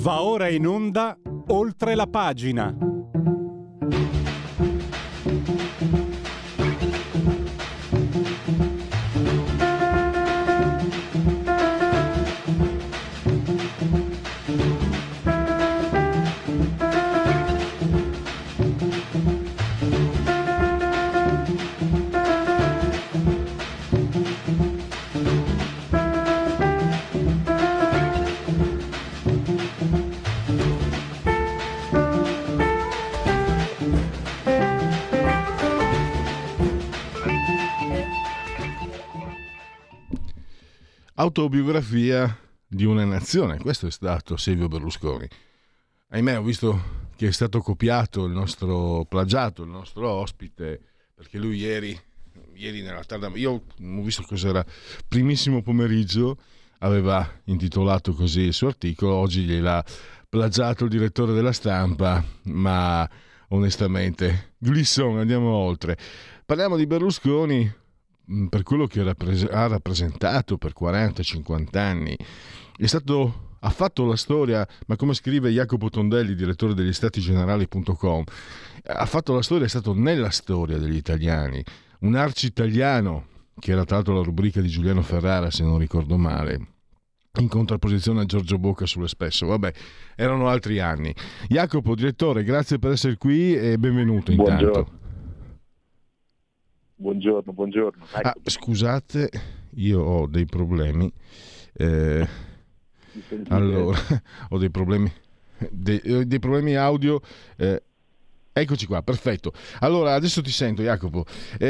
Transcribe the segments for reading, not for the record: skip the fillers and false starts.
Va ora in onda Oltre la pagina. Autobiografia di una nazione, questo è stato Silvio Berlusconi. Ahimè, ho visto che è stato copiato il nostro ospite, perché lui ieri nella tarda, io ho visto cos'era, primissimo pomeriggio, aveva intitolato così il suo articolo, oggi gliel'ha plagiato il direttore della Stampa, ma onestamente, Glisson, andiamo oltre. Parliamo di Berlusconi per quello che ha rappresentato per 40-50 anni. Ha fatto la storia, ma come scrive Jacopo Tondelli, direttore degli statigenerali.com, ha fatto la storia, è stato nella storia degli italiani, un arci-italiano, che era tra l'altro la rubrica di Giuliano Ferrara, se non ricordo male, in contrapposizione a Giorgio Bocca sull'Espresso. Vabbè, erano altri anni. Jacopo, direttore, grazie per essere qui e benvenuto. Intanto. Buongiorno. Scusate, io ho dei problemi. Allora, ho dei problemi audio. Eccoci qua, perfetto. Allora, adesso ti sento, Jacopo.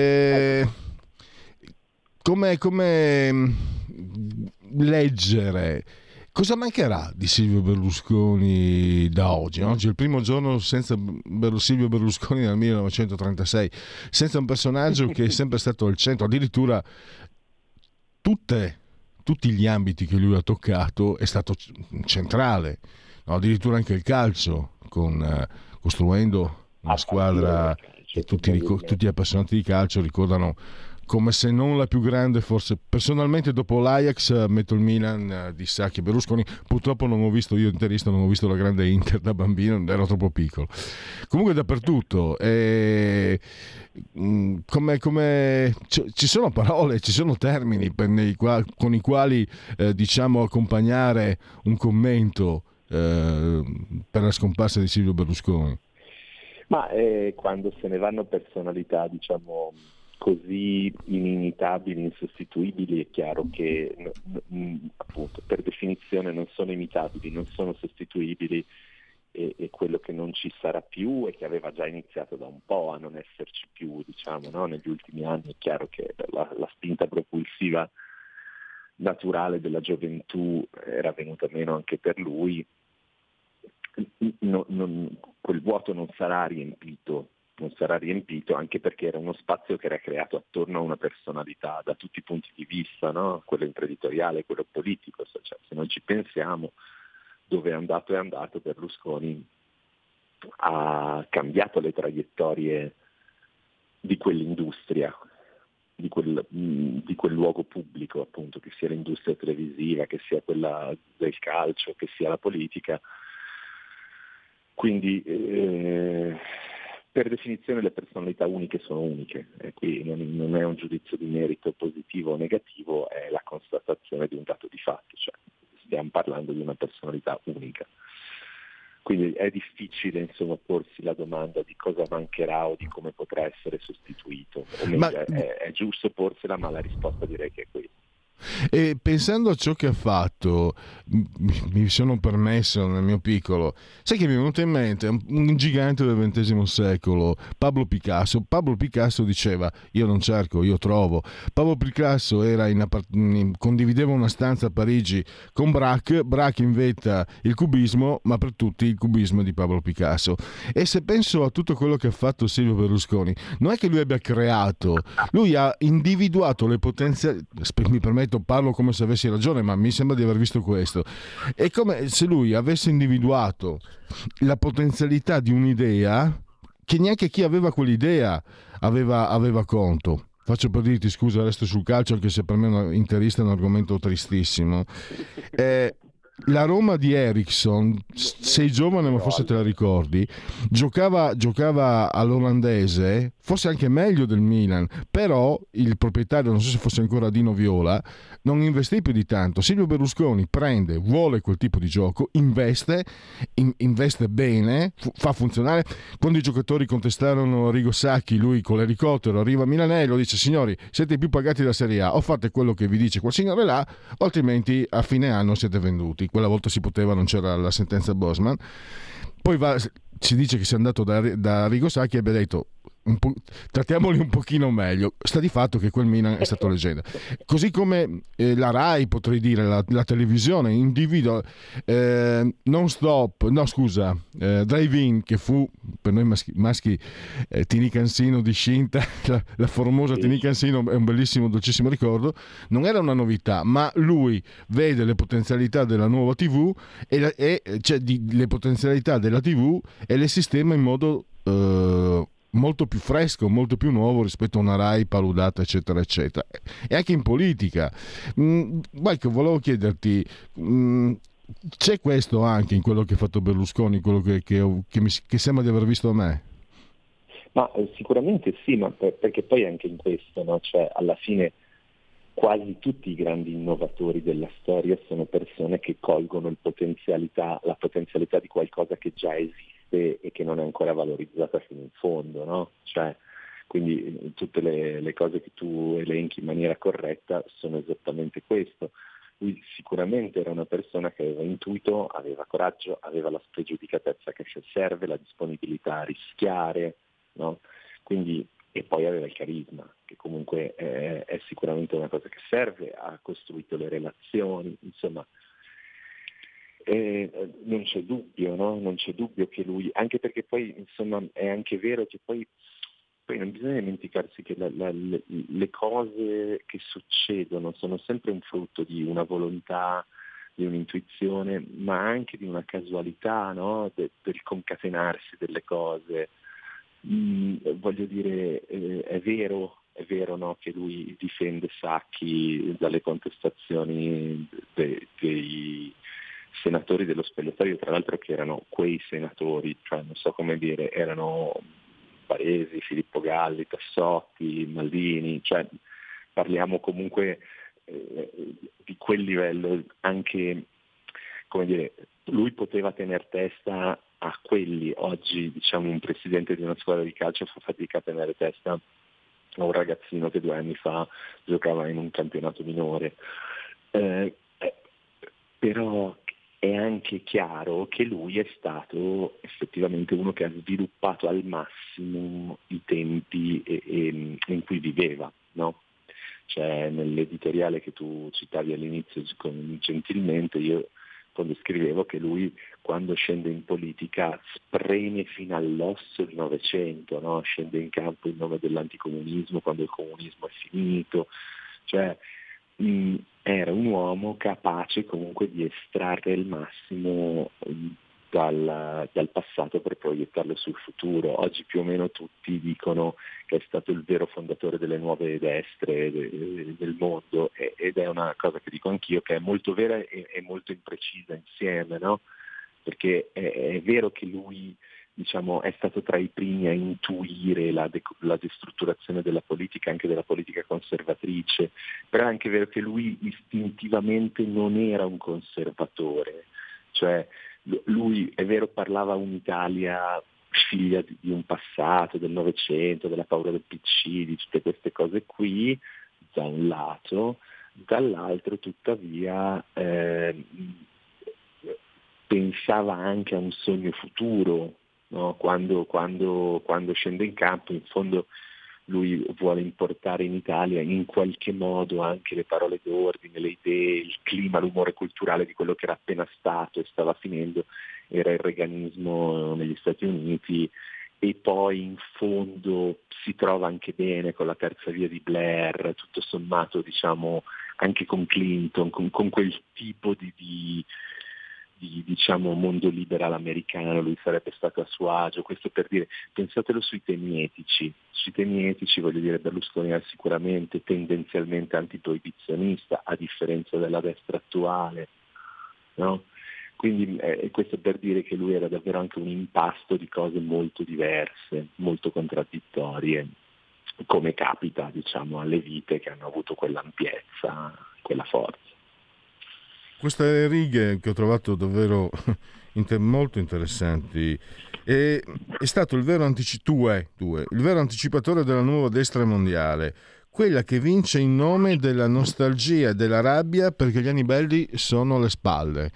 Come leggere? Cosa mancherà di Silvio Berlusconi da oggi? Oggi è il primo giorno senza Silvio Berlusconi nel 1936, senza un personaggio che è sempre stato al centro, addirittura tutti gli ambiti che lui ha toccato è stato centrale, no? Addirittura anche il calcio, costruendo una squadra che tutti gli appassionati di calcio ricordano come se non la più grande, forse personalmente dopo l'Ajax metto il Milan di Sacchi e Berlusconi. Purtroppo non ho visto, io interista, non ho visto la grande Inter da bambino, ero troppo piccolo. Comunque dappertutto ci sono parole, ci sono termini con i quali diciamo accompagnare un commento per la scomparsa di Silvio Berlusconi. Ma quando se ne vanno personalità, diciamo, così inimitabili, insostituibili, è chiaro che appunto per definizione non sono imitabili, non sono sostituibili, e quello che non ci sarà più e che aveva già iniziato da un po' a non esserci più, diciamo, no? Negli ultimi anni è chiaro che la spinta propulsiva naturale della gioventù era venuta meno anche per lui. Quel vuoto non sarà riempito, anche perché era uno spazio che era creato attorno a una personalità da tutti i punti di vista, no? Quello imprenditoriale, quello politico, cioè, se noi ci pensiamo, dove è andato Berlusconi ha cambiato le traiettorie di quell'industria, di quel luogo pubblico, appunto, che sia l'industria televisiva, che sia quella del calcio, che sia la politica. Quindi per definizione le personalità uniche sono uniche, e qui non è un giudizio di merito positivo o negativo, è la constatazione di un dato di fatto, cioè stiamo parlando di una personalità unica. Quindi è difficile, insomma, porsi la domanda di cosa mancherà o di come potrà essere sostituito. O meglio, è giusto porsela, ma la risposta direi che è questa. E pensando a ciò che ha fatto, mi sono permesso nel mio piccolo, sai che mi è venuto in mente un gigante del XX secolo, Pablo Picasso. Pablo Picasso diceva: io non cerco, io trovo. Pablo Picasso condivideva una stanza a Parigi con Braque inventa il cubismo, ma per tutti il cubismo di Pablo Picasso. E se penso a tutto quello che ha fatto Silvio Berlusconi, non è che lui abbia creato, lui ha individuato le potenzialità. Mi permetto, parlo come se avessi ragione, ma mi sembra di aver visto questo. È come se lui avesse individuato la potenzialità di un'idea che neanche chi aveva quell'idea aveva conto. Faccio per dirti, scusa, resto sul calcio, anche se per me interista è un argomento tristissimo. la Roma di Eriksson, sei giovane ma forse te la ricordi, giocava all'olandese, forse anche meglio del Milan, però il proprietario, non so se fosse ancora Dino Viola, non investì più di tanto. Silvio Berlusconi vuole quel tipo di gioco, investe bene, fa funzionare. Quando i giocatori contestarono Arrigo Sacchi, lui con l'elicottero arriva a Milanello, dice: signori, siete più pagati da Serie A, o fate quello che vi dice quel signore là, o altrimenti a fine anno siete venduti. Quella volta si poteva, non c'era la sentenza Bosman. Poi si dice che sia andato da Arrigo Sacchi e abbia detto: trattiamoli un pochino meglio. Sta di fatto che quel Milan è stato leggenda, così come la Rai, potrei dire, la televisione individua Non Stop, no scusa, Drive-In, che fu per noi maschi Tini Cansino di Scinta, la formosa Tini Cansino, è un bellissimo, dolcissimo ricordo. Non era una novità, ma lui vede le potenzialità della nuova TV cioè le potenzialità della TV, e le sistema in modo molto più fresco, molto più nuovo rispetto a una Rai paludata, eccetera eccetera. E anche in politica, Michael, volevo chiederti, c'è questo anche in quello che ha fatto Berlusconi, quello che sembra di aver visto a me? Ma sicuramente sì, ma perché poi anche in questo, no? Cioè, alla fine quasi tutti i grandi innovatori della storia sono persone che colgono la potenzialità di qualcosa che già esiste e che non è ancora valorizzata fino in fondo, no? Cioè, quindi tutte le cose che tu elenchi in maniera corretta sono esattamente questo. Lui sicuramente era una persona che aveva intuito, aveva coraggio, aveva la spregiudicatezza che serve, la disponibilità a rischiare, no? Quindi, e poi aveva il carisma, che comunque è sicuramente una cosa che serve, ha costruito le relazioni, insomma, non c'è dubbio, no? Non c'è dubbio che lui, anche perché poi, insomma, è anche vero che poi non bisogna dimenticarsi che le cose che succedono sono sempre un frutto di una volontà, di un'intuizione, ma anche di una casualità, no? Del concatenarsi delle cose. Voglio dire, è vero, no, che lui difende Sacchi dalle contestazioni dei senatori dello spogliatoio, tra l'altro che erano quei senatori, cioè non so come dire, erano Baresi, Filippo Galli, Tassotti, Maldini, cioè parliamo comunque di quel livello. Anche, come dire, lui poteva tener testa a quelli. Oggi, diciamo, un presidente di una squadra di calcio fa fatica a tenere testa a un ragazzino che 2 anni fa giocava in un campionato minore. Però è anche chiaro che lui è stato effettivamente uno che ha sviluppato al massimo i tempi in cui viveva, no? Cioè, nell'editoriale che tu citavi all'inizio gentilmente, io quando scrivevo che lui, quando scende in politica, spreme fino all'osso il Novecento, no? Scende in campo in nome dell'anticomunismo quando il comunismo è finito, cioè era un uomo capace comunque di estrarre il massimo dal passato per proiettarlo sul futuro. Oggi più o meno tutti dicono che è stato il vero fondatore delle nuove destre del mondo, ed è una cosa che dico anch'io, che è molto vera e molto imprecisa insieme, no? Perché è vero che lui, diciamo, è stato tra i primi a intuire la destrutturazione della politica, anche della politica conservatrice, però è anche vero che lui istintivamente non era un conservatore, cioè lui, è vero, parlava un'Italia figlia di un passato, del Novecento, della paura del PC, di tutte queste cose qui, da un lato, dall'altro tuttavia pensava anche a un sogno futuro, no? Quando scende in campo, in fondo lui vuole importare in Italia in qualche modo anche le parole d'ordine, le idee, il clima, l'umore culturale di quello che era appena stato e stava finendo, era il reaganismo negli Stati Uniti, e poi in fondo si trova anche bene con la terza via di Blair, tutto sommato, diciamo, anche con Clinton, con quel tipo di diciamo mondo liberal americano, lui sarebbe stato a suo agio. Questo per dire, pensatelo sui temi etici, voglio dire, Berlusconi era sicuramente tendenzialmente antiproibizionista, a differenza della destra attuale, no? Quindi questo per dire che lui era davvero anche un impasto di cose molto diverse, molto contraddittorie, come capita, diciamo, alle vite che hanno avuto quell'ampiezza, quella forza. Queste righe che ho trovato davvero molto interessanti. È stato il vero il vero anticipatore della nuova destra mondiale, quella che vince in nome della nostalgia e della rabbia perché gli anni belli sono alle spalle.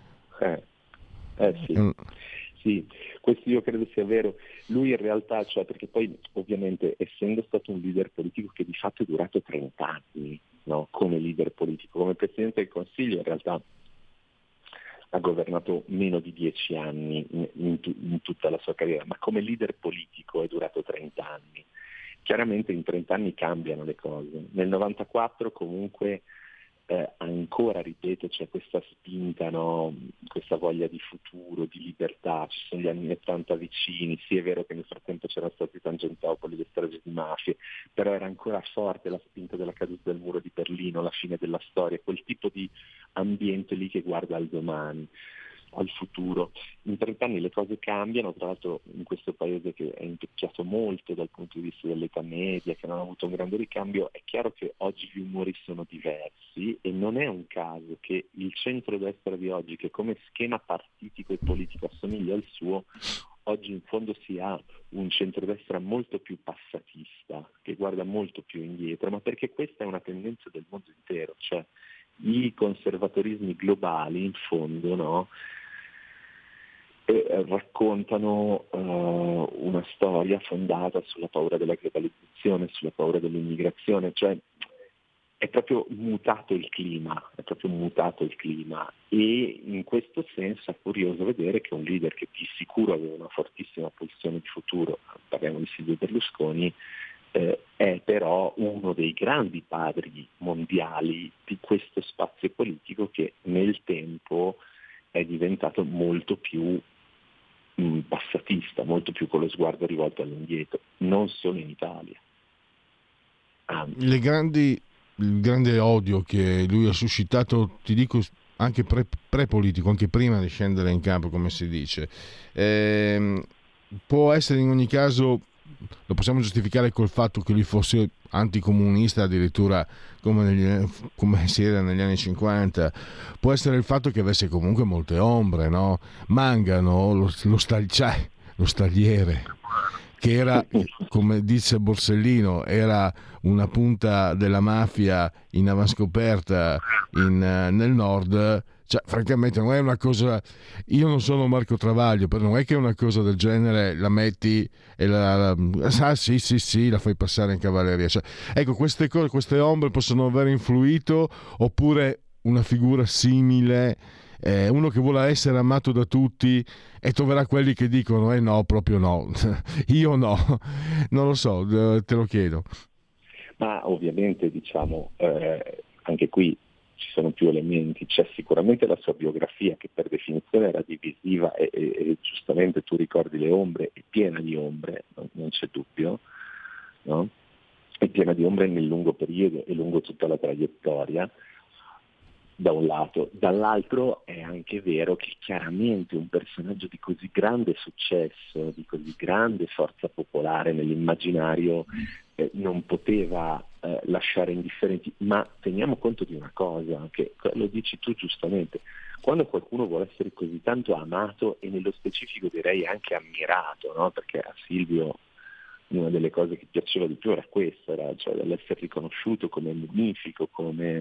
Sì. Sì, questo io credo sia vero. Lui in realtà, cioè, perché poi ovviamente essendo stato un leader politico che di fatto è durato 30 anni, no? Come leader politico, come Presidente del Consiglio in realtà ha governato meno di 10 anni in tutta la sua carriera, ma come leader politico è durato 30 anni. Chiaramente in 30 anni cambiano le cose. Nel 94 comunque ancora, ripeto, c'è questa spinta, no? Questa voglia di futuro, di libertà, ci sono gli anni 80 vicini, sì è vero che nel frattempo c'erano stati Tangentopoli, le stragi di mafie, però era ancora forte la spinta della caduta del muro di Berlino, la fine della storia, quel tipo di ambiente lì che guarda al domani, al futuro. In 30 anni le cose cambiano, tra l'altro in questo paese che è invecchiato molto dal punto di vista dell'età media, che non ha avuto un grande ricambio, è chiaro che oggi gli umori sono diversi e non è un caso che il centrodestra di oggi, che come schema partitico e politico assomiglia al suo, oggi in fondo si ha un centrodestra molto più passatista, che guarda molto più indietro, ma perché questa è una tendenza del mondo intero, cioè i conservatorismi globali in fondo, no? Raccontano una storia fondata sulla paura della globalizzazione, sulla paura dell'immigrazione, cioè è proprio mutato il clima, e in questo senso è curioso vedere che un leader che di sicuro aveva una fortissima posizione di futuro, parliamo di Silvio Berlusconi, è però uno dei grandi padri mondiali di questo spazio politico che nel tempo è diventato molto più passatista, molto più con lo sguardo rivolto all'indietro, non solo in Italia. Il grande odio che lui ha suscitato, ti dico, anche pre-politico, anche prima di scendere in campo, come si dice, può essere in ogni caso, lo possiamo giustificare col fatto che lui fosse anticomunista, addirittura come si era negli anni 50, può essere il fatto che avesse comunque molte ombre, no? Mangano, lo stagliere, che era, come dice Borsellino, era una punta della mafia in avanscoperta nel nord. Cioè, francamente non è una cosa, io non sono Marco Travaglio, però non è che una cosa del genere la metti e sì, la fai passare in cavalleria. Cioè, ecco, queste ombre possono aver influito, oppure una figura simile, uno che vuole essere amato da tutti e troverà quelli che dicono no, proprio no, io no, non lo so, te lo chiedo. Ma ovviamente diciamo anche qui ci sono più elementi, c'è sicuramente la sua biografia che per definizione era divisiva e giustamente tu ricordi le ombre, è piena di ombre, non c'è dubbio, no? È piena di ombre nel lungo periodo e lungo tutta la traiettoria, da un lato. Dall'altro è anche vero che chiaramente un personaggio di così grande successo, di così grande forza popolare nell'immaginario non poteva lasciare indifferenti, ma teniamo conto di una cosa, che lo dici tu giustamente, quando qualcuno vuole essere così tanto amato e nello specifico direi anche ammirato, no? Perché a Silvio una delle cose che piaceva di più era questa, cioè dell'essere riconosciuto come munifico, come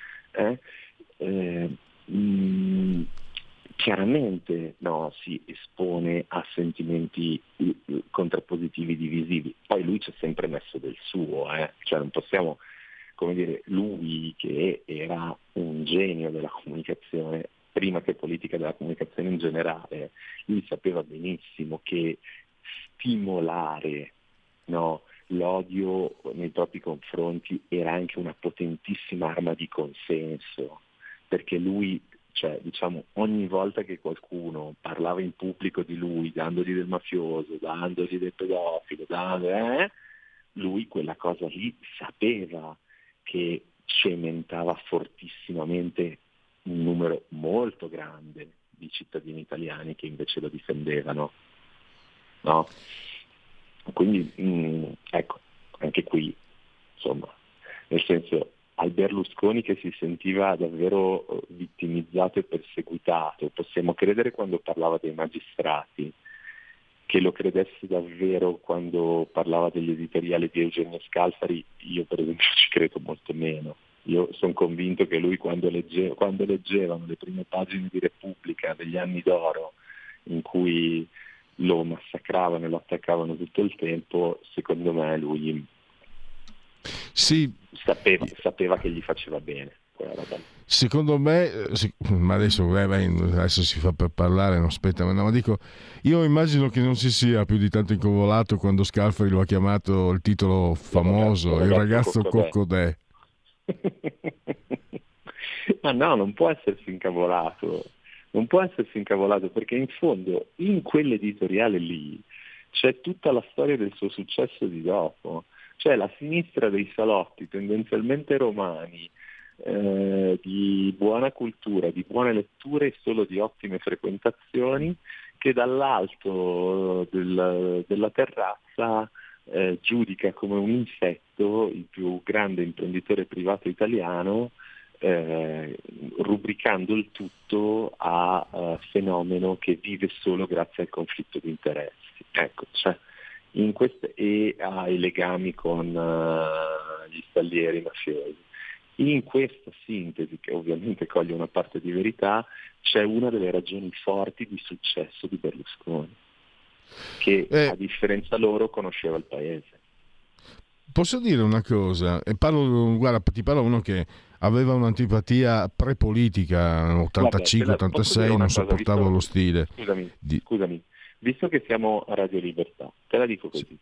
chiaramente no, si espone a sentimenti contrappositivi, divisivi. Poi lui ci ha sempre messo del suo, cioè non possiamo, come dire, lui che era un genio della comunicazione, prima che politica della comunicazione in generale, lui sapeva benissimo che stimolare, no, l'odio nei propri confronti era anche una potentissima arma di consenso, perché lui, cioè, diciamo, ogni volta che qualcuno parlava in pubblico di lui, dandogli del mafioso, dandogli del pedofilo, lui quella cosa lì sapeva che cementava fortissimamente un numero molto grande di cittadini italiani che invece lo difendevano, no? Quindi ecco, anche qui, insomma, nel senso, al Berlusconi che si sentiva davvero vittimizzato e perseguitato, possiamo credere quando parlava dei magistrati, che lo credesse davvero quando parlava degli editoriali di Eugenio Scalfari, io per esempio ci credo molto meno. Io sono convinto che lui quando leggevano le prime pagine di Repubblica degli anni d'oro, in cui lo massacravano e lo attaccavano tutto il tempo, secondo me lui sì, sapeva che gli faceva bene quella roba. Secondo me, ma adesso si fa per parlare, non aspetta, ma dico, io immagino che non si sia più di tanto incavolato quando Scalfari lo ha chiamato il titolo famoso, il ragazzo Coccodè. Ma no, non può essersi incavolato, perché in fondo in quell'editoriale lì c'è tutta la storia del suo successo di dopo, cioè la sinistra dei salotti tendenzialmente romani, di buona cultura, di buone letture e solo di ottime frequentazioni, che dall'alto della terrazza giudica come un insetto il più grande imprenditore privato italiano, rubricando il tutto a fenomeno che vive solo grazie al conflitto di interessi. Ecco, cioè, e ai legami con gli stallieri mafiosi. In questa sintesi, che ovviamente coglie una parte di verità, c'è una delle ragioni forti di successo di Berlusconi, che a differenza loro conosceva il paese. Posso dire una cosa? Ti parlo uno che aveva un'antipatia pre-politica, 85-86, non sopportavo lo stile. Scusami, visto che siamo a Radio Libertà, te la dico così.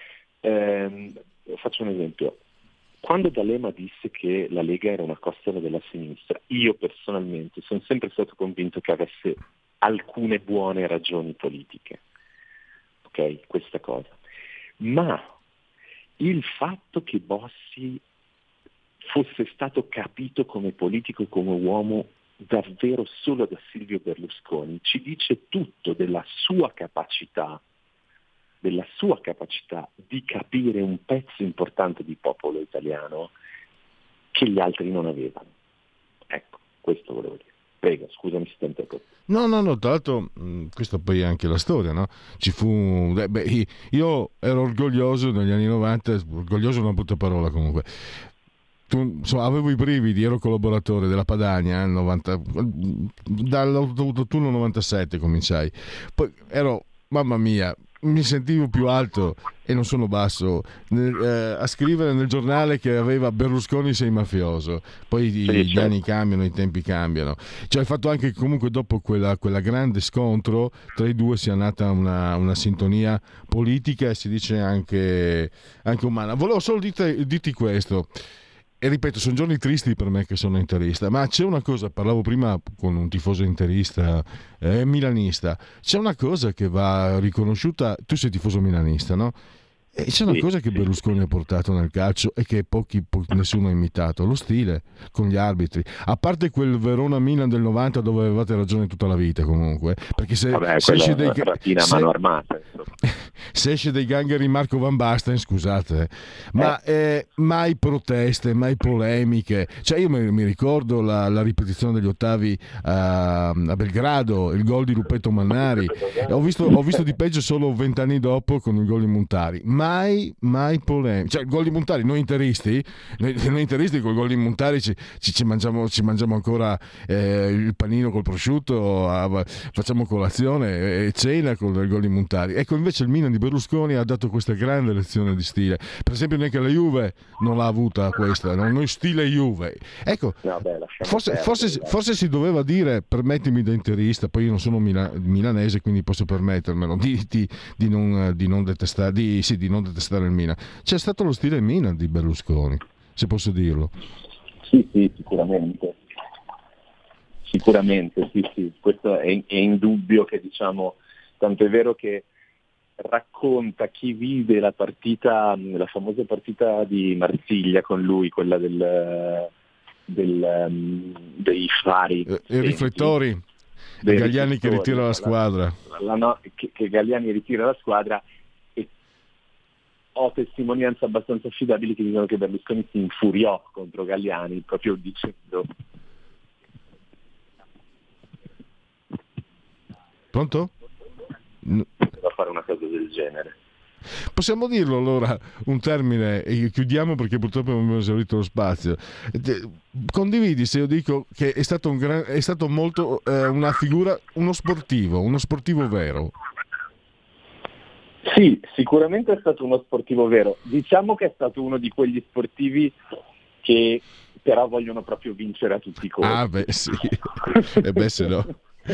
Faccio un esempio. Quando D'Alema disse che la Lega era una costola della sinistra, io personalmente sono sempre stato convinto che avesse alcune buone ragioni politiche, ok, questa cosa. Ma il fatto che Bossi fosse stato capito come politico e come uomo davvero solo da Silvio Berlusconi ci dice tutto della sua capacità di capire un pezzo importante di popolo italiano che gli altri non avevano. Ecco, questo volevo dire. Prego, scusami se ti interrompo. No, tra l'altro questa poi è anche la storia, no? Ci fu... io ero orgoglioso negli anni 90, orgoglioso è una brutta parola comunque, avevo i brividi, ero collaboratore della Padania dall'81 97 cominciai, poi mamma mia, mi sentivo più alto e non sono basso a scrivere nel giornale che aveva Berlusconi sei mafioso, poi gli anni cambiano, i tempi cambiano, cioè hai fatto anche comunque dopo quella grande scontro tra i due sia nata una sintonia politica e si dice anche umana. Volevo solo dirti questo. E ripeto, sono giorni tristi per me che sono interista, ma c'è una cosa, parlavo prima con un tifoso interista milanista, c'è una cosa che va riconosciuta, tu sei tifoso milanista, no? E c'è una cosa che Berlusconi ha portato nel calcio e che nessuno ha imitato, lo stile con gli arbitri, a parte quel Verona-Milan del 90 dove avevate ragione tutta la vita comunque, perché se esce se esce dei gangheri Marco Van Basten, scusate, ma mai proteste, mai polemiche, cioè io mi ricordo la ripetizione degli ottavi a Belgrado, il gol di Lupetto Mannari, ho visto di peggio solo 20 anni dopo con il gol di Montari, mai polemiche, cioè il gol di Montari, noi interisti col gol di Montari ci mangiamo ancora il panino col prosciutto, facciamo colazione e cena con il gol di Montari. Ecco, invece il Milan di Berlusconi ha dato questa grande lezione di stile, per esempio neanche la Juve non l'ha avuta questa, noi stile Juve, ecco, forse si doveva dire, permettimi da interista, poi io non sono milanese quindi posso permettermelo di non detestare il Milan, c'è stato lo stile Milan di Berlusconi, se posso dirlo. Sì, sicuramente, sì, questo è indubbio, che diciamo, tanto è vero che racconta chi vide la famosa partita di Marsiglia con lui, quella dei fari, i riflettori. Galliani che ritira la squadra. Che Galliani ritira la squadra, e ho testimonianze abbastanza affidabili che dicono che Berlusconi si infuriò contro Galliani proprio dicendo... Pronto? Da fare una cosa del genere. Possiamo dirlo allora, un termine, e chiudiamo perché purtroppo abbiamo esaurito lo spazio. Condividi se io dico che è stato molto una figura, uno sportivo vero? Sì, sicuramente è stato uno sportivo vero. Diciamo che è stato uno di quegli sportivi che però vogliono proprio vincere a tutti i costi. Ah, beh, sì. E beh, se no.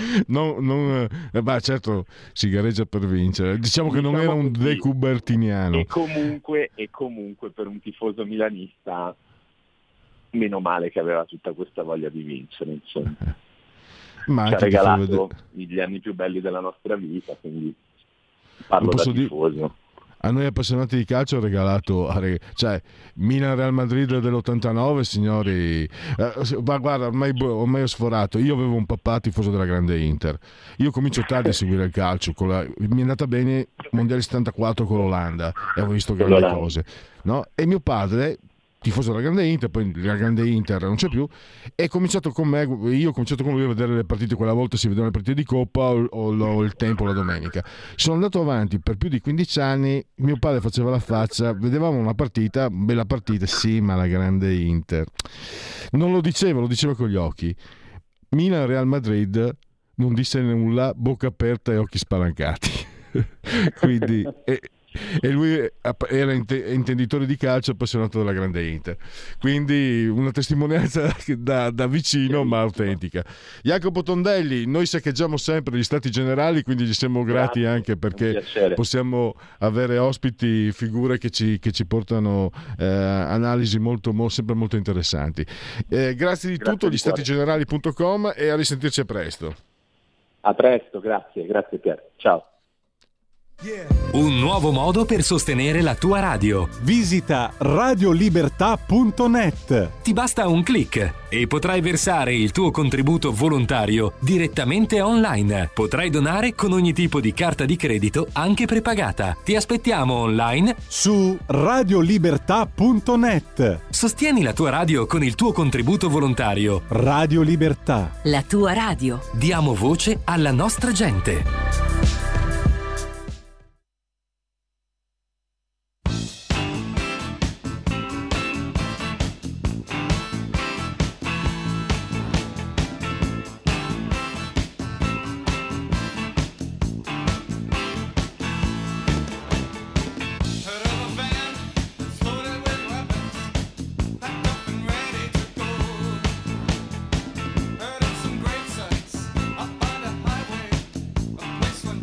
Certo, si gareggia per vincere. Diciamo che non era un decubertiniano. E comunque per un tifoso milanista, meno male che aveva tutta questa voglia di vincere, insomma. Ma ci ha regalato gli anni più belli della nostra vita, quindi parlo da tifoso. A noi appassionati di calcio ha regalato, cioè Milan Real Madrid dell'89, signori, ma guarda, ormai ho sforato. Io avevo un papà tifoso della grande Inter, io comincio tardi a seguire il calcio, mi è andata bene Mondiale 74 con l'Olanda e ho visto grandi cose, no? E mio padre, tifoso della grande Inter, poi la grande Inter non c'è più, e cominciato con me, io ho cominciato con lui a vedere le partite. Quella volta si vedevano le partite di Coppa o il tempo la domenica. Sono andato avanti per più di 15 anni, mio padre faceva la faccia, vedevamo una partita, bella partita, sì, ma la grande Inter non lo diceva, lo diceva con gli occhi. Milan Real Madrid non disse nulla, bocca aperta e occhi spalancati. Quindi e lui era intenditore di calcio, appassionato della grande Inter, quindi una testimonianza da vicino ma autentica. Jacopo Tondelli, noi saccheggiamo sempre gli stati generali, quindi gli siamo grati anche perché possiamo avere ospiti, figure che ci portano analisi sempre molto interessanti. Grazie di tutto, gli statigenerali.com, e a risentirci a presto. A presto, grazie Pier, ciao. Un nuovo modo per sostenere la tua radio. Visita radiolibertà.net. Ti basta un click e potrai versare il tuo contributo volontario direttamente online. Potrai donare con ogni tipo di carta di credito, anche prepagata. Ti aspettiamo online su radiolibertà.net. Sostieni la tua radio con il tuo contributo volontario. Radio Libertà. La tua radio. Diamo voce alla nostra gente. Heard of some grave sites up by the highway, a place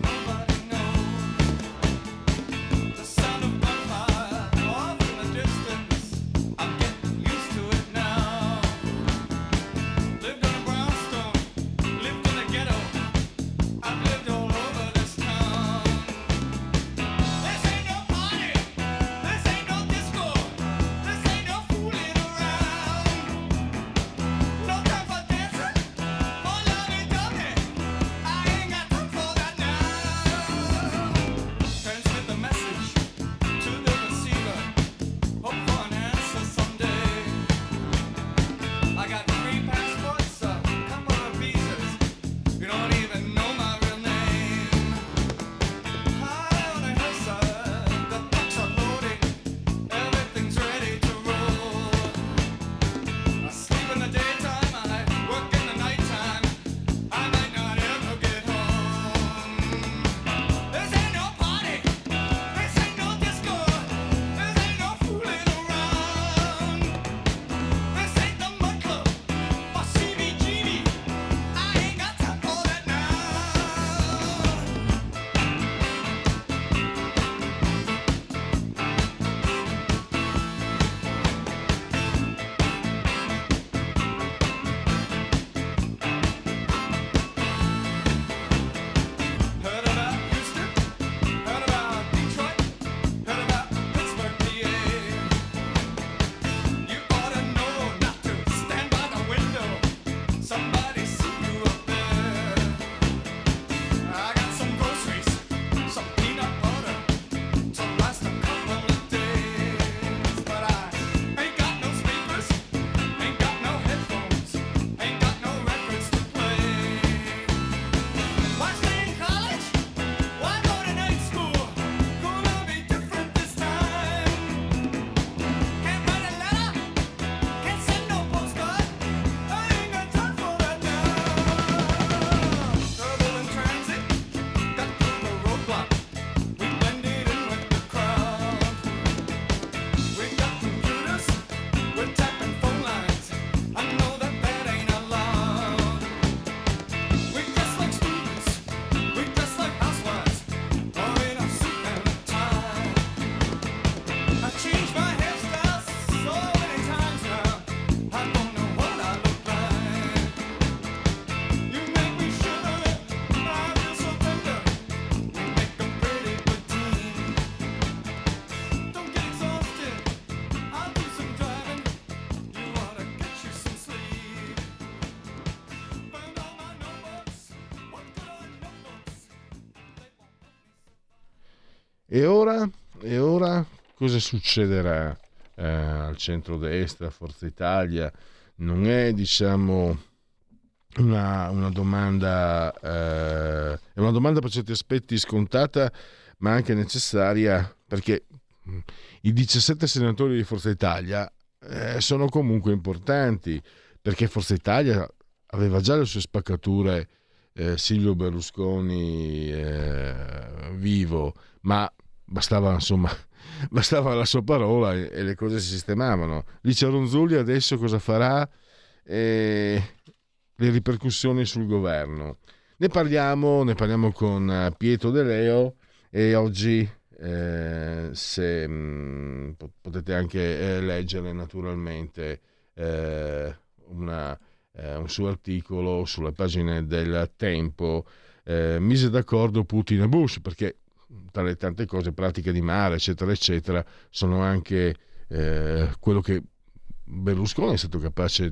E ora cosa succederà al centrodestra, Forza Italia? Non è, diciamo, una domanda, è una domanda per certi aspetti scontata, ma anche necessaria, perché i 17 senatori di Forza Italia sono comunque importanti, perché Forza Italia aveva già le sue spaccature, Silvio Berlusconi vivo, ma bastava la sua parola e le cose si sistemavano. Licia Ronzulli adesso cosa farà? Le ripercussioni sul governo. Ne parliamo con Pietro De Leo, e oggi se potete anche leggere naturalmente un suo articolo sulle pagine del Tempo. Mise d'accordo Putin e Bush, perché tra le tante cose, pratiche di mare eccetera eccetera, sono anche quello che Berlusconi è stato capace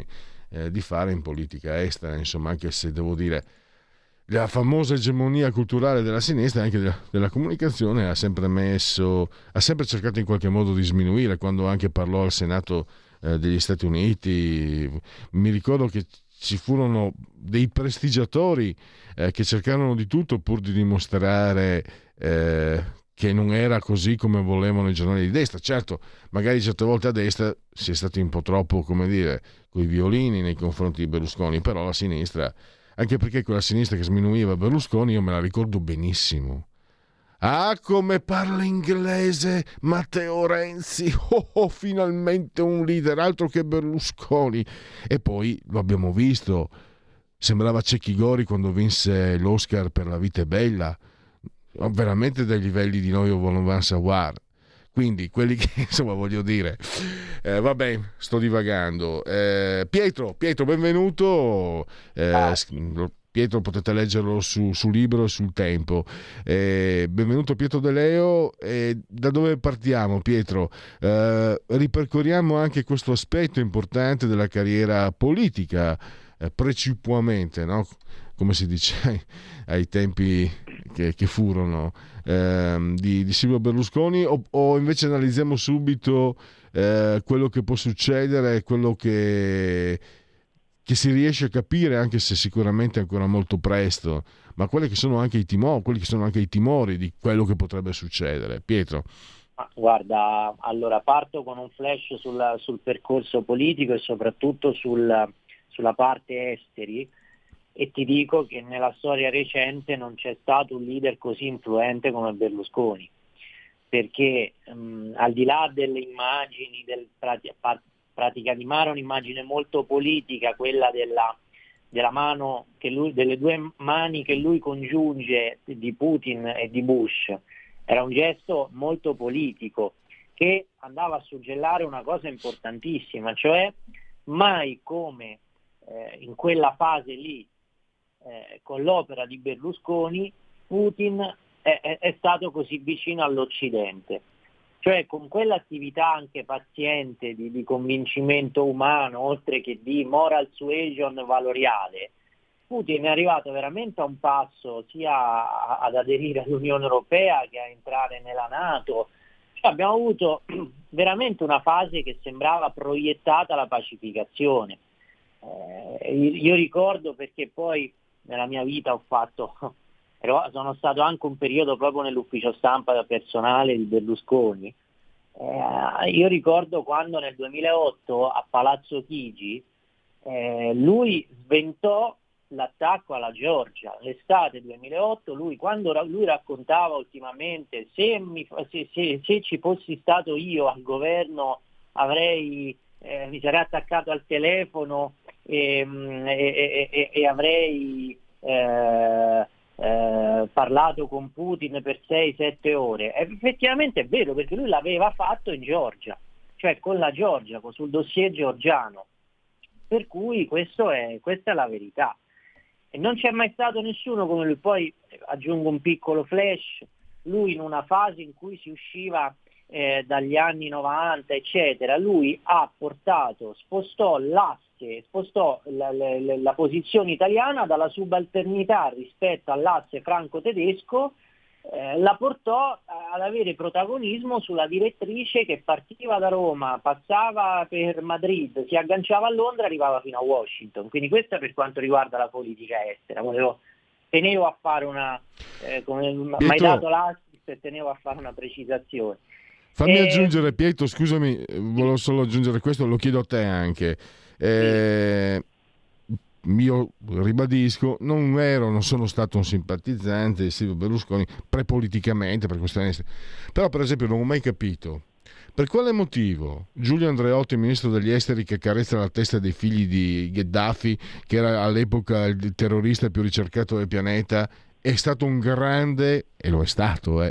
di fare in politica estera, insomma, anche se devo dire la famosa egemonia culturale della sinistra e anche della comunicazione ha sempre cercato in qualche modo di sminuire. Quando anche parlò al Senato degli Stati Uniti, mi ricordo che ci furono dei prestigiatori che cercarono di tutto pur di dimostrare che non era così come volevano i giornali di destra. Certo, magari certe volte a destra si è stati un po' troppo, come dire, coi violini nei confronti di Berlusconi, però la sinistra, anche perché quella sinistra che sminuiva Berlusconi, io me la ricordo benissimo. Ah, come parla inglese Matteo Renzi! Finalmente un leader, altro che Berlusconi! E poi lo abbiamo visto, sembrava Cecchi Gori quando vinse l'Oscar per La vita è bella, veramente dai livelli di Noi Van Sawar. Quindi quelli che, insomma, voglio dire, vabbè, sto divagando. Pietro, benvenuto. Pietro, potete leggerlo su Libro e sul Tempo. Benvenuto Pietro De Leo. Da dove partiamo, Pietro? Ripercorriamo anche questo aspetto importante della carriera politica, precipuamente, no? Come si dice ai tempi che furono, di Silvio Berlusconi, o invece analizziamo subito quello che può succedere, quello che si riesce a capire, anche se sicuramente è ancora molto presto, ma quelli che sono anche i timori di quello che potrebbe succedere. Pietro. Guarda, allora parto con un flash sul percorso politico e soprattutto sulla parte esteri, e ti dico che nella storia recente non c'è stato un leader così influente come Berlusconi, perché al di là delle immagini del pratica di mare, un'immagine molto politica, quella della mano che lui, delle due mani che lui congiunge, di Putin e di Bush, era un gesto molto politico che andava a suggellare una cosa importantissima, cioè mai come in quella fase lì, con l'opera di Berlusconi, Putin è stato così vicino all'Occidente. Cioè con quell'attività anche paziente di convincimento umano, oltre che di moral suasion valoriale, Putin è arrivato veramente a un passo sia ad aderire all'Unione Europea che a entrare nella NATO. Cioè abbiamo avuto veramente una fase che sembrava proiettata alla pacificazione. Io ricordo, perché poi nella mia vita sono stato anche un periodo proprio nell'ufficio stampa personale di Berlusconi. Io ricordo quando nel 2008 a Palazzo Chigi lui sventò l'attacco alla Georgia. L'estate 2008 quando lui raccontava ultimamente se ci fossi stato io al governo mi sarei attaccato al telefono e avrei parlato con Putin per 6-7 ore. Effettivamente è vero, perché lui l'aveva fatto in Georgia, cioè con la Georgia, sul dossier georgiano, per cui questa è la verità, e non c'è mai stato nessuno come lui. Poi aggiungo un piccolo flash: lui in una fase in cui si usciva dagli anni 90 eccetera, lui spostò la posizione italiana dalla subalternità rispetto all'asse franco-tedesco la portò ad avere protagonismo sulla direttrice che partiva da Roma, passava per Madrid, si agganciava a Londra e arrivava fino a Washington. Quindi questo è per quanto riguarda la politica estera. Tenevo a fare come mi hai dato l'assist e tenevo a fare una precisazione. Fammi aggiungere, Pietro, scusami, volevo solo aggiungere questo, lo chiedo a te anche. Io ribadisco, non sono stato un simpatizzante di Silvio Berlusconi prepoliticamente per questioni, però per esempio non ho mai capito per quale motivo Giulio Andreotti, ministro degli esteri, che carezza la testa dei figli di Gheddafi, che era all'epoca il terrorista più ricercato del pianeta, è stato un grande, e lo è stato,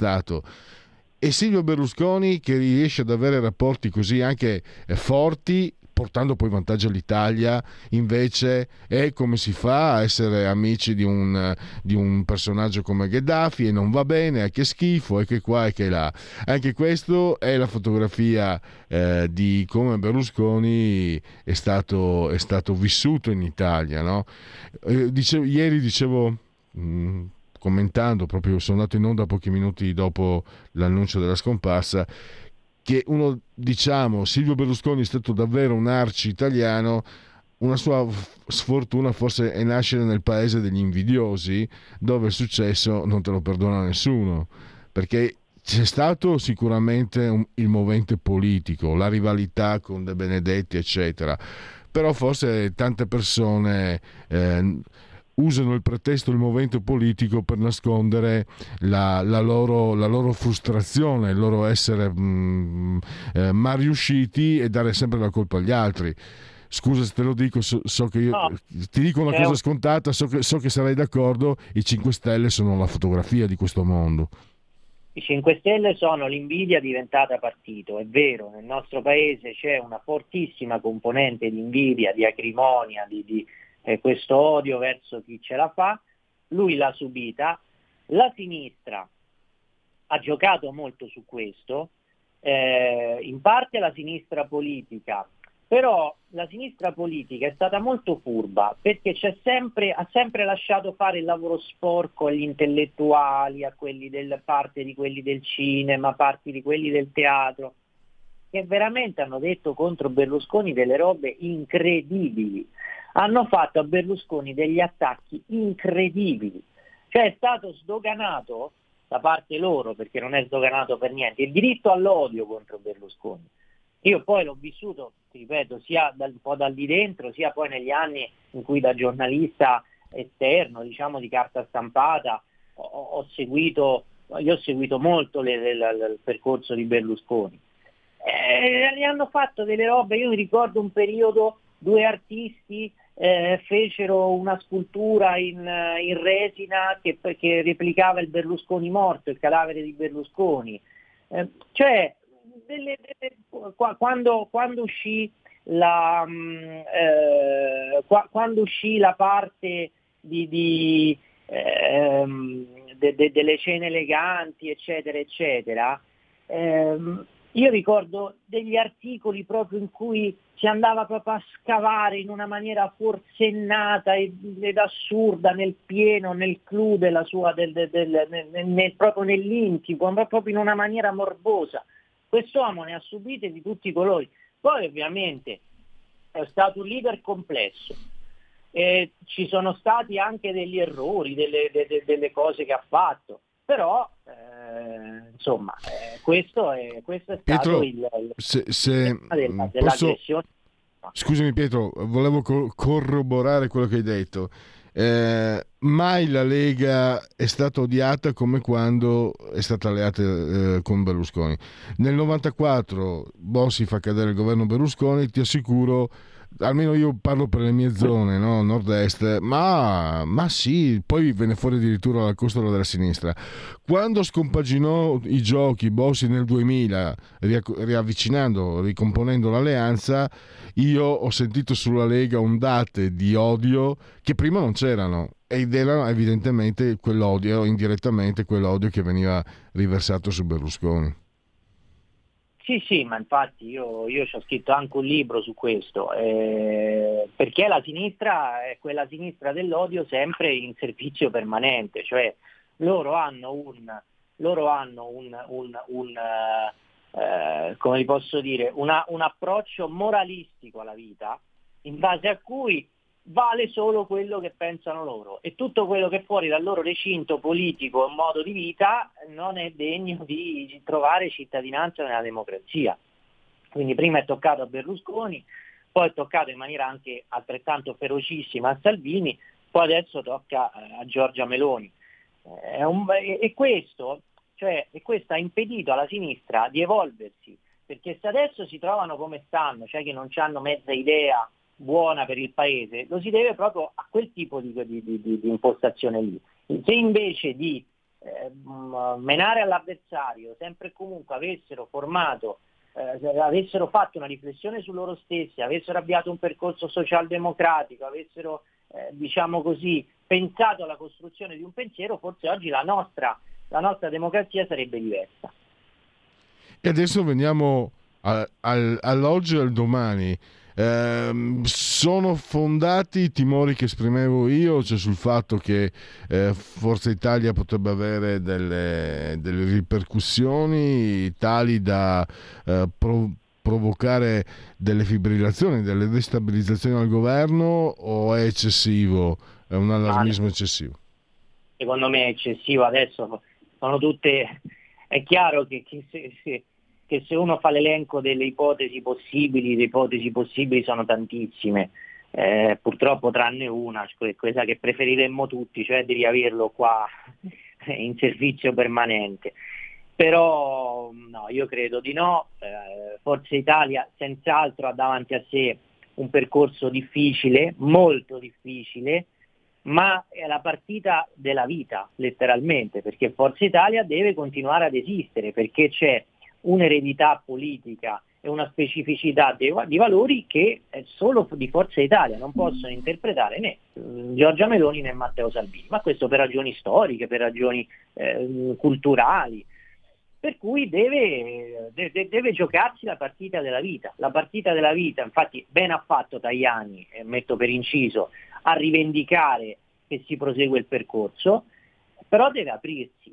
e Silvio Berlusconi, che riesce ad avere rapporti così anche forti, portando poi vantaggio all'Italia, invece è come si fa a essere amici di un personaggio come Gheddafi, e non va bene, che schifo, e che qua e che là. Anche questo è la fotografia di come Berlusconi è stato vissuto in Italia, no? Ieri dicevo, commentando, proprio sono andato in onda pochi minuti dopo l'annuncio della scomparsa, che Silvio Berlusconi è stato davvero un arci italiano. Una sua sfortuna forse è nascere nel paese degli invidiosi, dove il successo non te lo perdona nessuno, perché c'è stato sicuramente il movente politico, la rivalità con De Benedetti eccetera, però forse tante persone usano il pretesto del movimento politico per nascondere la loro frustrazione, il loro essere mal riusciti, e dare sempre la colpa agli altri. Scusa se te lo dico, so che ti dico una cosa scontata, so che sarai d'accordo, i 5 Stelle sono la fotografia di questo mondo. I 5 Stelle sono l'invidia diventata partito, è vero, nel nostro paese c'è una fortissima componente di invidia, di acrimonia, di questo odio verso chi ce la fa. Lui l'ha subita, la sinistra ha giocato molto su questo, in parte la sinistra politica, però la sinistra politica è stata molto furba, perché ha sempre lasciato fare il lavoro sporco agli intellettuali, a quelli parte di quelli del cinema, parti di quelli del teatro, che veramente hanno detto contro Berlusconi delle robe incredibili. Hanno fatto a Berlusconi degli attacchi incredibili, cioè è stato sdoganato da parte loro, perché non è sdoganato per niente, il diritto all'odio contro Berlusconi. Io poi l'ho vissuto, ti ripeto, sia un po' da lì dentro, sia poi negli anni in cui da giornalista esterno, diciamo di carta stampata, ho seguito molto il percorso di Berlusconi. Gli hanno fatto delle robe, io mi ricordo un periodo, 2 artisti fecero una scultura in resina che replicava il Berlusconi morto, il cadavere di Berlusconi. Quando uscì quando uscì la parte delle cene eleganti, eccetera, eccetera, io ricordo degli articoli proprio in cui si andava proprio a scavare in una maniera forsennata ed assurda nel pieno, nel clou della sua, proprio nell'intimo, proprio in una maniera morbosa. Quest'uomo ne ha subite di tutti i colori. Poi ovviamente è stato un leader complesso. Ci sono stati anche degli errori, delle cose che ha fatto, però insomma questo è stato Pietro, dell'aggressione. Scusami Pietro, volevo corroborare quello che hai detto. Mai la Lega è stata odiata come quando è stata alleata con Berlusconi. Nel 94 Bossi fa cadere il governo Berlusconi, ti assicuro, almeno io parlo per le mie zone, no? Nord-est, ma sì, poi venne fuori addirittura la costola della sinistra. Quando scompaginò i giochi Bossi nel 2000, ricomponendo l'alleanza, io ho sentito sulla Lega ondate di odio che prima non c'erano, ed era evidentemente quell'odio, indirettamente quell'odio che veniva riversato su Berlusconi. Sì, ma infatti io ci ho scritto anche un libro su questo, perché la sinistra è quella sinistra dell'odio sempre in servizio permanente, cioè loro hanno come vi posso dire, un approccio moralistico alla vita, in base a cui vale solo quello che pensano loro, e tutto quello che è fuori dal loro recinto politico e modo di vita non è degno di trovare cittadinanza nella democrazia. Quindi prima è toccato a Berlusconi, poi è toccato in maniera anche altrettanto ferocissima a Salvini, poi adesso tocca a Giorgia Meloni. Questo ha impedito alla sinistra di evolversi, perché se adesso si trovano come stanno, cioè che non hanno mezza idea buona per il paese, lo si deve proprio a quel tipo di impostazione lì. Se invece di menare all'avversario sempre e comunque avessero fatto una riflessione su loro stessi, avessero avviato un percorso socialdemocratico, avessero diciamo così pensato alla costruzione di un pensiero, forse oggi la nostra democrazia sarebbe diversa. E adesso veniamo all'oggi e al domani. Sono fondati i timori che esprimevo io, cioè sul fatto che Forza Italia potrebbe avere delle ripercussioni tali da provocare delle fibrillazioni, delle destabilizzazioni al governo, o è eccessivo? È un allarmismo eccessivo? Secondo me è eccessivo. Adesso sono tutte, è chiaro che se uno fa l'elenco delle ipotesi possibili, le ipotesi possibili sono tantissime, purtroppo tranne una, quella che preferiremmo tutti, cioè di riaverlo qua in servizio permanente. Però no, io credo di no. Forza Italia senz'altro ha davanti a sé un percorso difficile, molto difficile, ma è la partita della vita, letteralmente, perché Forza Italia deve continuare ad esistere, perché c'è un'eredità politica e una specificità di valori che è solo di Forza Italia, non possono interpretare né Giorgia Meloni né Matteo Salvini, ma questo per ragioni storiche, per ragioni culturali, per cui deve giocarsi la partita della vita. La partita della vita, infatti ben ha fatto Tajani, metto per inciso, a rivendicare che si prosegue il percorso, però deve aprirsi,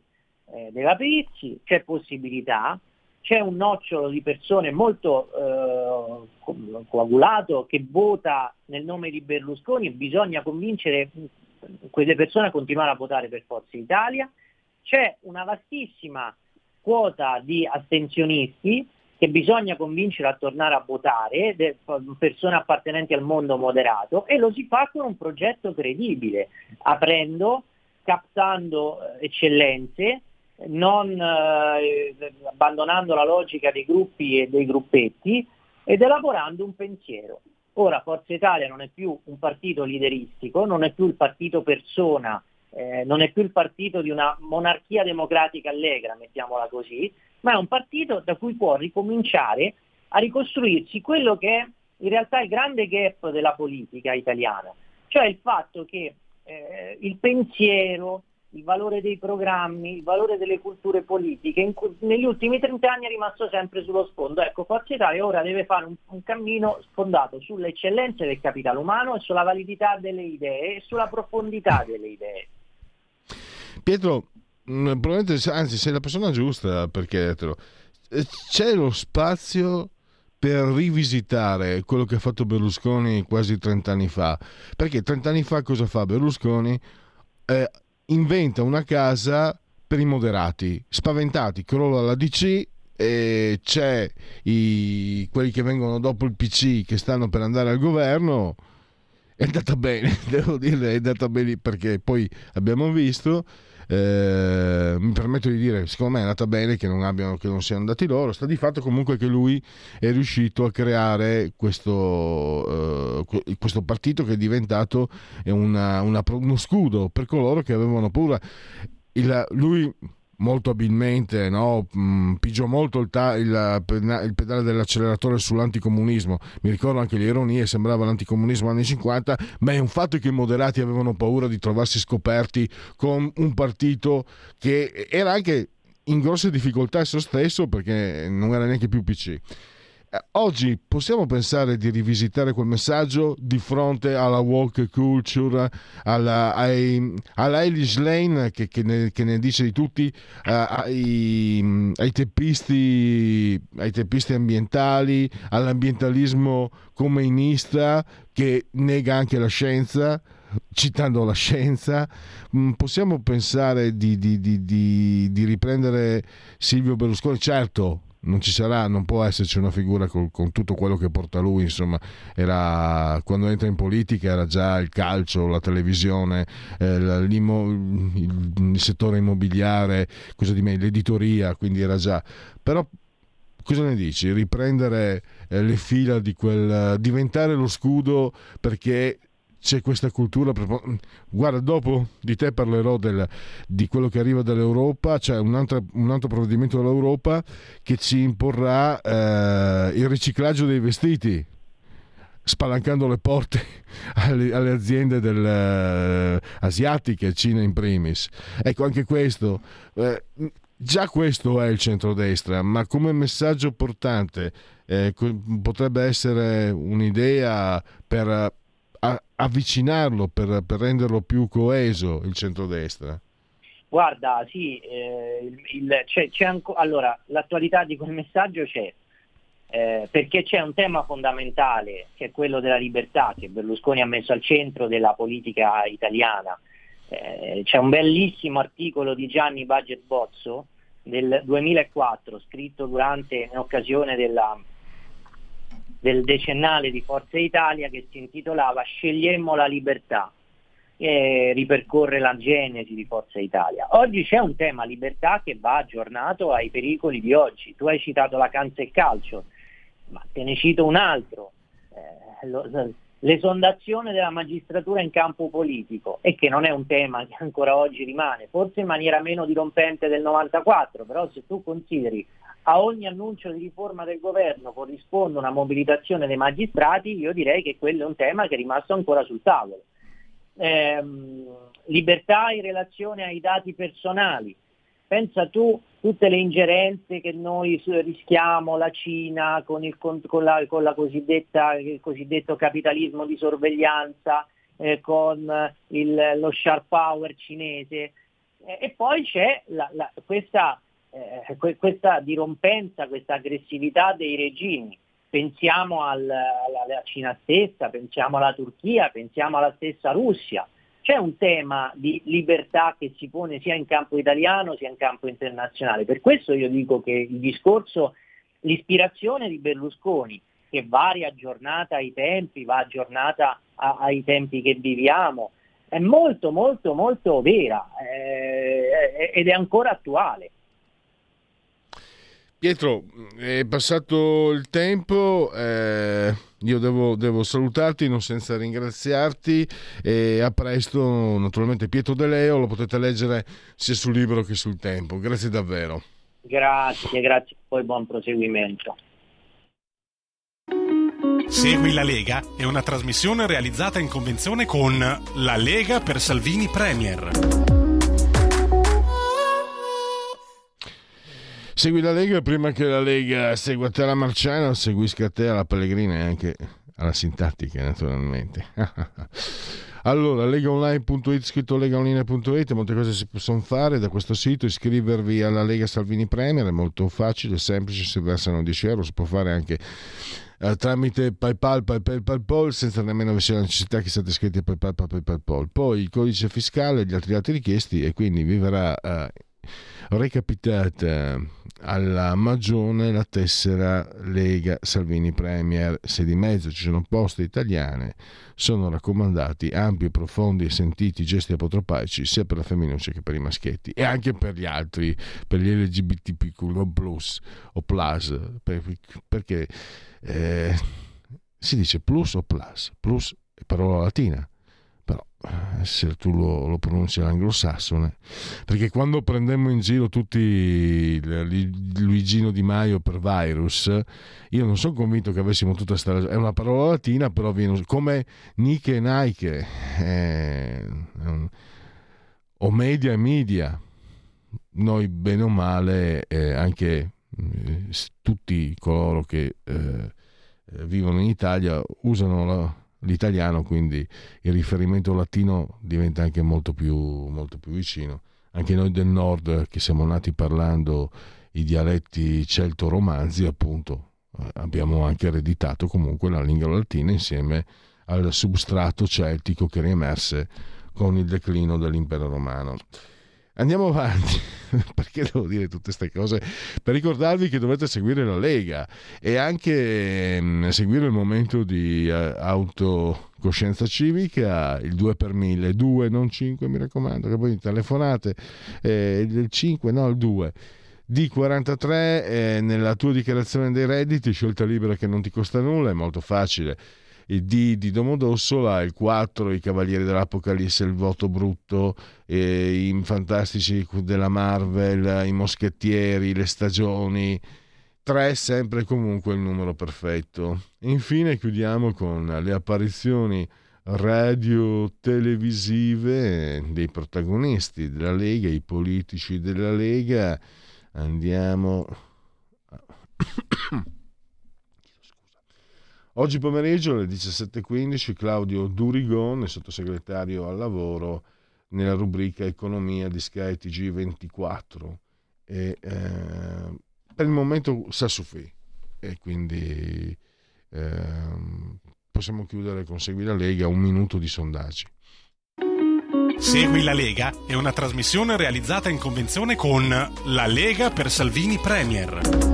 c'è possibilità. C'è un nocciolo di persone molto coagulato che vota nel nome di Berlusconi, e bisogna convincere quelle persone a continuare a votare per Forza Italia. C'è una vastissima quota di astensionisti che bisogna convincere a tornare a votare, persone appartenenti al mondo moderato, e lo si fa con un progetto credibile, aprendo, captando eccellenze, non abbandonando la logica dei gruppi e dei gruppetti, ed elaborando un pensiero. Ora Forza Italia non è più un partito lideristico, non è più il partito persona, non è più il partito di una monarchia democratica allegra, mettiamola così, ma è un partito da cui può ricominciare a ricostruirsi quello che è in realtà il grande gap della politica italiana, cioè il fatto che il pensiero, il valore dei programmi, il valore delle culture politiche negli ultimi 30 anni è rimasto sempre sullo sfondo. Ecco, Forza Italia ora deve fare un cammino fondato sulle eccellenze del capitale umano e sulla validità delle idee e sulla profondità delle idee. Pietro, probabilmente, anzi, sei la persona giusta per chiedertelo. C'è lo spazio per rivisitare quello che ha fatto Berlusconi quasi 30 anni fa? Perché 30 anni fa cosa fa Berlusconi? Inventa una casa per i moderati, spaventati, crolla la DC, e c'è quelli che vengono dopo il PC che stanno per andare al governo. È andata bene, devo dire, è andata bene, perché poi abbiamo visto, mi permetto di dire, secondo me è andata bene che non siano andati loro. Sta di fatto comunque che lui è riuscito a creare questo partito che è diventato uno scudo per coloro che avevano paura. Lui molto abilmente, no, pigiò molto il pedale dell'acceleratore sull'anticomunismo. Mi ricordo anche le ironie, sembrava l'anticomunismo anni 50, ma è un fatto che i moderati avevano paura di trovarsi scoperti con un partito che era anche in grosse difficoltà esso stesso, perché non era neanche più PC. oggi possiamo pensare di rivisitare quel messaggio di fronte alla woke culture, alla Eilish Lane che ne dice di tutti, ai teppisti ambientali, all'ambientalismo comunista che nega anche la scienza, citando la scienza. Possiamo pensare di riprendere Silvio Berlusconi? Certo, non può esserci una figura con tutto quello che porta lui, insomma, quando entra in politica era già il calcio, la televisione, il settore immobiliare, cosa di me, l'editoria, quindi era già. Però cosa ne dici? Riprendere le fila di diventare lo scudo, perché c'è questa cultura. Guarda, dopo di te parlerò di quello che arriva dall'Europa, cioè un altro provvedimento dell'Europa che ci imporrà il riciclaggio dei vestiti, spalancando le porte alle aziende asiatiche, Cina in primis. Ecco, anche questo, già questo è il centrodestra, ma come messaggio portante potrebbe essere un'idea per avvicinarlo, per renderlo più coeso il centrodestra. Guarda, sì, allora, l'attualità di quel messaggio c'è, perché c'è un tema fondamentale che è quello della libertà, che Berlusconi ha messo al centro della politica italiana. C'è un bellissimo articolo di Gianni Baget Bozzo del 2004, scritto in occasione del decennale di Forza Italia, che si intitolava "Scegliemmo la libertà", e ripercorre la genesi di Forza Italia. Oggi c'è un tema libertà che va aggiornato ai pericoli di oggi. Tu hai citato la cancel calcio, ma te ne cito un altro, l'esondazione della magistratura in campo politico, e che non è un tema che ancora oggi rimane, forse in maniera meno dirompente del 94, però se tu consideri a ogni annuncio di riforma del governo corrisponde una mobilitazione dei magistrati, io direi che quello è un tema che è rimasto ancora sul tavolo. Libertà in relazione ai dati personali. Pensa tu tutte le ingerenze che noi rischiamo, la Cina con la il cosiddetto capitalismo di sorveglianza, con lo sharp power cinese, e poi c'è questa dirompenza, questa aggressività dei regimi. Pensiamo alla Cina stessa, pensiamo alla Turchia, pensiamo alla stessa Russia. C'è un tema di libertà che si pone sia in campo italiano sia in campo internazionale. Per questo io dico che il discorso, l'ispirazione di Berlusconi, che va riaggiornata ai tempi, va aggiornata ai tempi che viviamo, è molto molto molto vera, ed è ancora attuale. Pietro, è passato il tempo, io devo salutarti non senza ringraziarti, e a presto. Naturalmente Pietro De Leo lo potete leggere sia sul libro che sul Tempo. Grazie davvero. Grazie, poi buon proseguimento. Segui la Lega è una trasmissione realizzata in convenzione con La Lega per Salvini Premier. Segui la Lega prima che la Lega segua te alla Marciano, seguisca te alla Pellegrina e anche alla Sintattica, naturalmente. Allora, legaonline.it, scritto legaonline.it, molte cose si possono fare da questo sito. Iscrivervi alla Lega Salvini Premier è molto facile, semplice, si versano 10 euro, si può fare anche tramite PayPal, senza nemmeno avere la necessità che siate iscritti a PayPal. Poi il codice fiscale e gli altri dati richiesti, e quindi vi verrà recapitata alla Magione la tessera Lega Salvini Premier. Se di mezzo ci sono poste italiane, sono raccomandati ampi, profondi e sentiti gesti apotropaici sia per la femminuccia che per i maschietti, e anche per gli altri, per gli LGBTQ o plus, perché si dice plus o plus è parola latina, però se tu lo pronunci all'anglosassone, perché quando prendemmo in giro tutti Luigino Di Maio per virus, io non sono convinto che avessimo tutta questa, è una parola latina, però viene come Nike e Nike, o media e media. Noi bene o male, anche tutti coloro che vivono in Italia usano l'italiano, quindi il riferimento latino diventa anche molto più vicino. Anche noi del nord, che siamo nati parlando i dialetti celto-romanzi, appunto, abbiamo anche ereditato comunque la lingua latina insieme al substrato celtico che riemerse con il declino dell'impero romano. Andiamo avanti, perché devo dire tutte queste cose? Per ricordarvi che dovete seguire la Lega e anche seguire il momento di autocoscienza civica, il 2 per 1000, 2 non 5, mi raccomando, che poi telefonate, il 5 no, il 2. D43 nella tua dichiarazione dei redditi, scelta libera che non ti costa nulla, è molto facile. Il D di Domodossola, il 4 i Cavalieri dell'Apocalisse, il voto brutto, i fantastici della Marvel, i moschettieri, le stagioni. 3 sempre comunque il numero perfetto. E infine chiudiamo con le apparizioni radio-televisive dei protagonisti della Lega, i politici della Lega. Andiamo. Oggi pomeriggio alle 17:15 Claudio Durigon, il sottosegretario al lavoro, nella rubrica Economia di Sky TG24 e per il momento Sassufi, e quindi possiamo chiudere con Segui la Lega, un minuto di sondaggi. Segui la Lega è una trasmissione realizzata in convenzione con La Lega per Salvini Premier.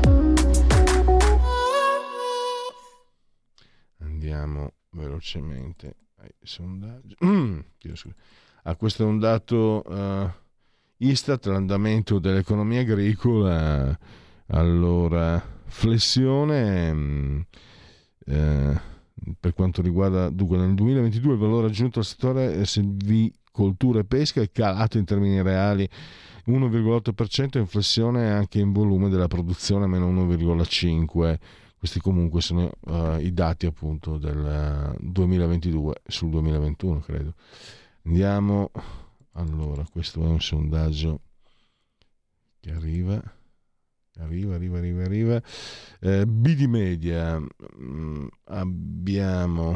Andiamo velocemente ai sondaggi. Questo è un dato Istat, l'andamento dell'economia agricola. Allora, flessione per quanto riguarda, dunque, nel 2022 il valore aggiunto al settore silvicoltura e pesca è calato in termini reali 1,8%, in flessione anche in volume della produzione meno 1,5%. Questi comunque sono i dati appunto del 2022 sul 2021, credo. Andiamo, allora, questo è un sondaggio che arriva. BD Media, abbiamo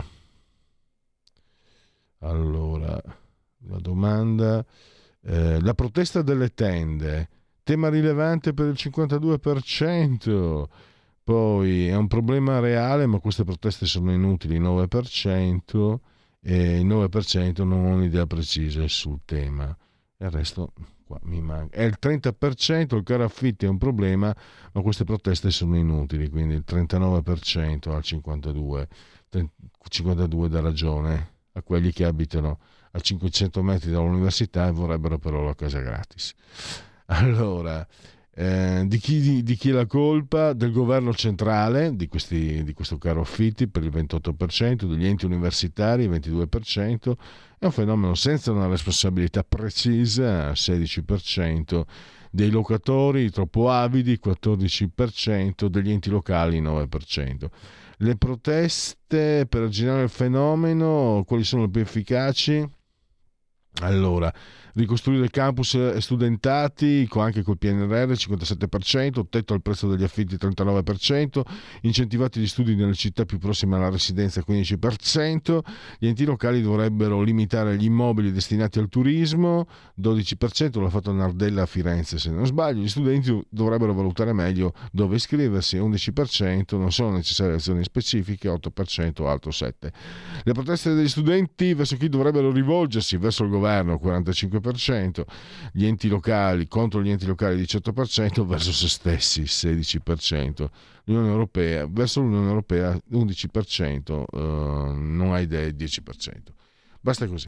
allora la domanda, la protesta delle tende, tema rilevante per il 52%. Poi è un problema reale, ma queste proteste sono inutili, 9%, e il 9% non ho un'idea precisa sul tema. Il resto qua mi manca. È il 30%, il caro affitti è un problema, ma queste proteste sono inutili, quindi il 39% al 52%. 52% dà ragione a quelli che abitano a 500 metri dall'università e vorrebbero però la casa gratis. Allora, di chi è la colpa? Del governo centrale, di questo caro affitti per il 28%, degli enti universitari il 22%, è un fenomeno senza una responsabilità precisa, 16%, dei locatori troppo avidi 14%, degli enti locali 9%. Le proteste per arginare il fenomeno, quali sono le più efficaci? Allora, ricostruire campus studentati anche col PNRR 57%, tetto al prezzo degli affitti 39%, incentivati gli studi nelle città più prossime alla residenza 15%, gli enti locali dovrebbero limitare gli immobili destinati al turismo 12%, l'ha fatto Nardella a Firenze se non sbaglio, gli studenti dovrebbero valutare meglio dove iscriversi 11%, non sono necessarie azioni specifiche 8%, altro 7%. Le proteste degli studenti verso chi dovrebbero rivolgersi? Verso il governo 45%, gli enti locali contro gli enti locali 18%, verso se stessi 16%, l'Unione Europea verso l'Unione Europea 11%, non ha idee 10%. Basta così.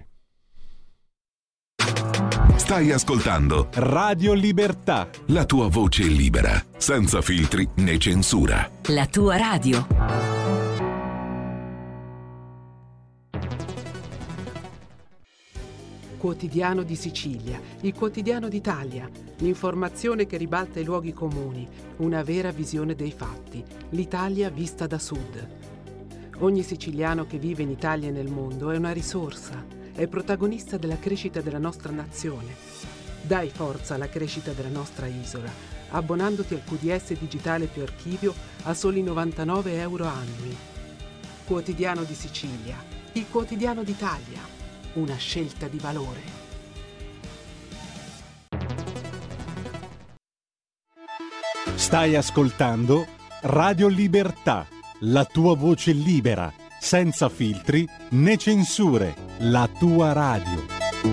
Stai ascoltando Radio Libertà, la tua voce libera, senza filtri né censura. La tua radio. Quotidiano di Sicilia, il quotidiano d'Italia, l'informazione che ribalta i luoghi comuni, una vera visione dei fatti, l'Italia vista da sud. Ogni siciliano che vive in Italia e nel mondo è una risorsa, è protagonista della crescita della nostra nazione. Dai forza alla crescita della nostra isola, abbonandoti al QDS digitale più archivio a soli 99 euro annui. Quotidiano di Sicilia, il quotidiano d'Italia, una scelta di valore. Stai ascoltando Radio Libertà, la tua voce libera, senza filtri né censure, la tua radio.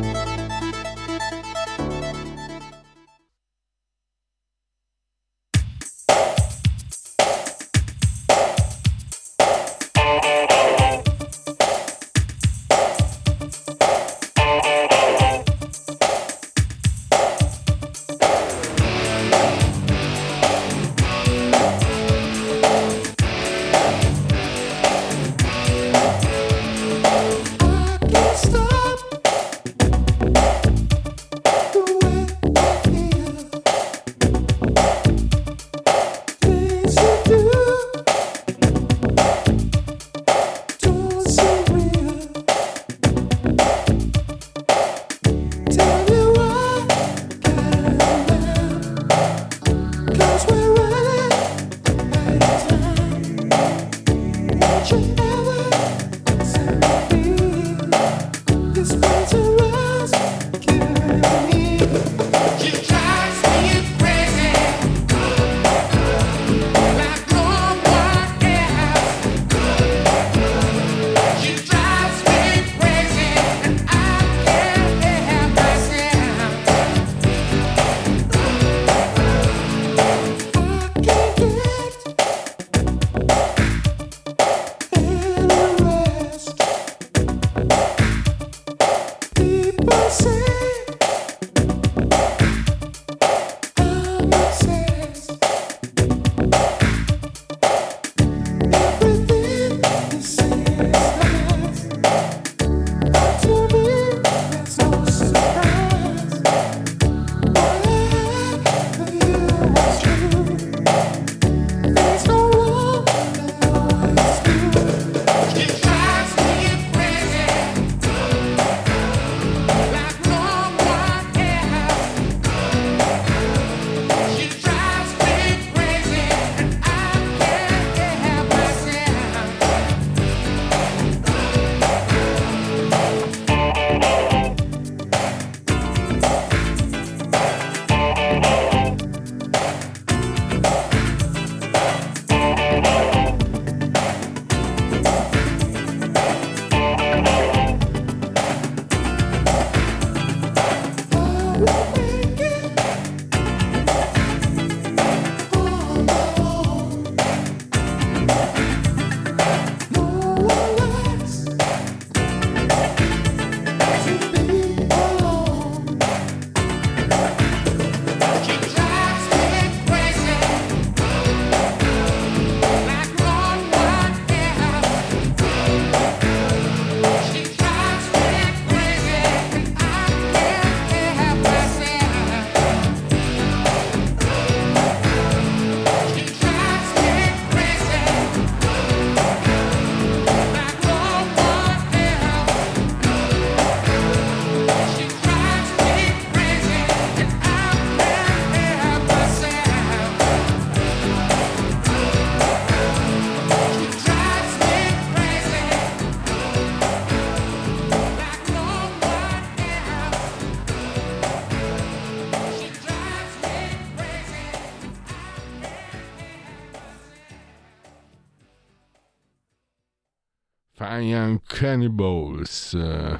Fire Cannibals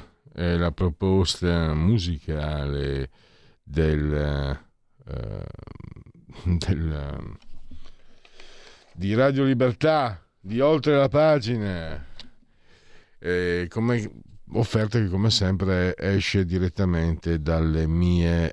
è la proposta musicale di Radio Libertà, di Oltre la Pagina, come offerta che come sempre esce direttamente dalle mie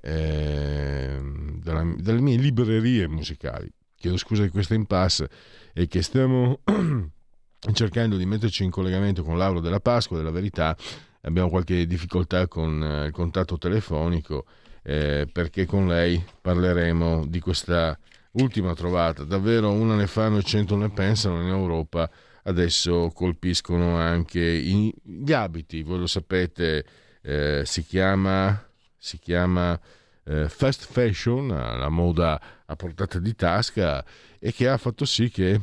librerie musicali. Chiedo scusa di questo impasse e che stiamo cercando di metterci in collegamento con Laura della Pasqua della Verità. Abbiamo qualche difficoltà con il contatto telefonico, perché con lei parleremo di questa ultima trovata. Davvero, una ne fanno e 100 ne pensano. In Europa adesso colpiscono anche gli abiti, voi lo sapete, si chiama fast fashion, la moda a portata di tasca, e che ha fatto sì che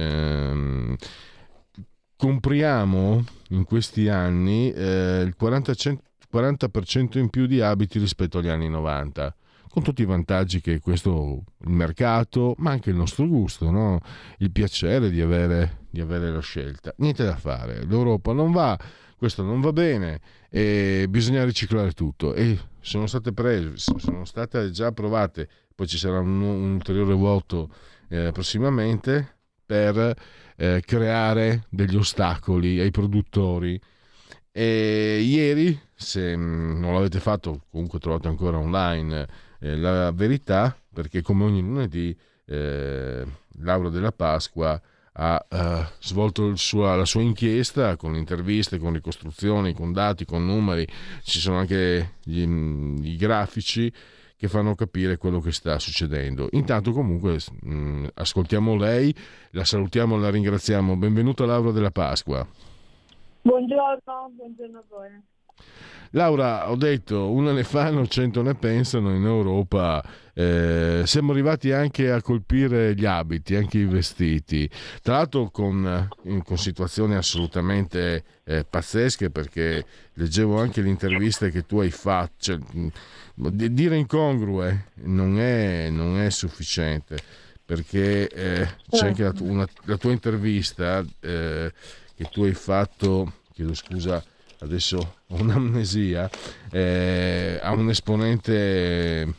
compriamo in questi anni il 40% in più di abiti rispetto agli anni 90, con tutti i vantaggi che questo, il mercato, ma anche il nostro gusto, no? Il piacere di avere la scelta. Niente da fare, l'Europa non va, questo non va bene e bisogna riciclare tutto, e sono state già approvate, poi ci sarà un ulteriore voto prossimamente per creare degli ostacoli ai produttori. E ieri, se non l'avete fatto, comunque trovate ancora online La Verità, perché come ogni lunedì Laura Della Pasqua ha svolto la sua inchiesta con interviste, con ricostruzioni, con dati, con numeri. Ci sono anche i grafici che fanno capire quello che sta succedendo. Intanto comunque ascoltiamo lei, la salutiamo, la ringraziamo. Benvenuta Laura Della Pasqua. Buongiorno a voi. Laura, ho detto, una ne fanno, 100 ne pensano. In Europa siamo arrivati anche a colpire gli abiti, anche i vestiti, tra l'altro con situazioni assolutamente pazzesche, perché leggevo anche le interviste che tu hai fatto, cioè, dire incongrue non è sufficiente, perché c'è anche la tua intervista che tu hai fatto, chiedo scusa, adesso ho un'amnesia, a un esponente,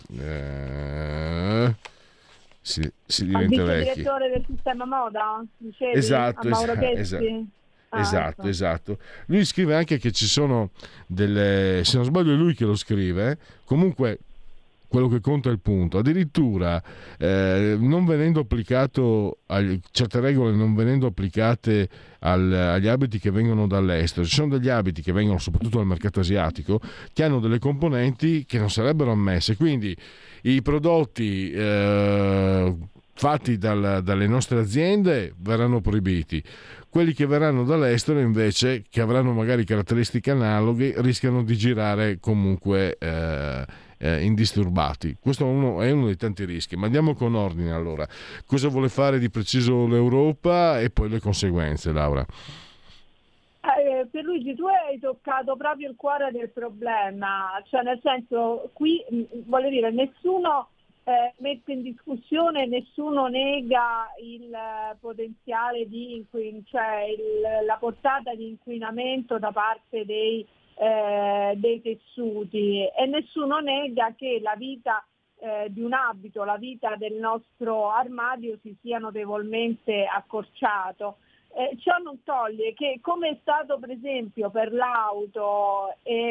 si diventa vecchi. Il direttore del sistema moda, dicevi? Esatto, a Mauro Chessi? Esatto. Lui scrive anche che ci sono se non sbaglio è lui che lo scrive, comunque quello che conta è il punto. Addirittura non venendo applicato certe regole, non venendo applicate agli abiti che vengono dall'estero. Ci sono degli abiti che vengono soprattutto dal mercato asiatico che hanno delle componenti che non sarebbero ammesse, quindi i prodotti fatti dalle nostre aziende verranno proibiti. Quelli che verranno dall'estero invece, che avranno magari caratteristiche analoghe, rischiano di girare comunque indisturbati. Questo è uno dei tanti rischi, ma andiamo con ordine. Allora, cosa vuole fare di preciso l'Europa e poi le conseguenze, Laura? Pierluigi, tu hai toccato proprio il cuore del problema, cioè nel senso, qui voglio dire, nessuno mette in discussione, nessuno nega il potenziale di la portata di inquinamento da parte dei tessuti, e nessuno nega che la vita di un abito, la vita del nostro armadio si sia notevolmente accorciato. Ciò non toglie che, come è stato per esempio per l'auto,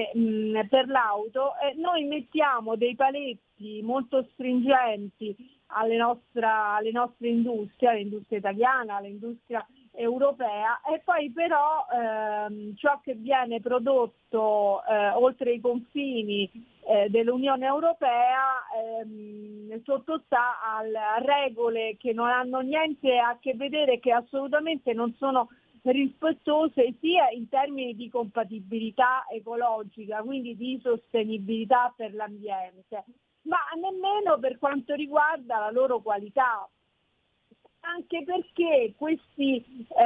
noi mettiamo dei paletti molto stringenti alle nostre industrie, all'industria italiana, all'industria europea, e poi però ciò che viene prodotto oltre i confini dell'Unione Europea sottostà a regole che non hanno niente a che vedere, che assolutamente non sono rispettose sia in termini di compatibilità ecologica, quindi di sostenibilità per l'ambiente, ma nemmeno per quanto riguarda la loro qualità. Anche perché questi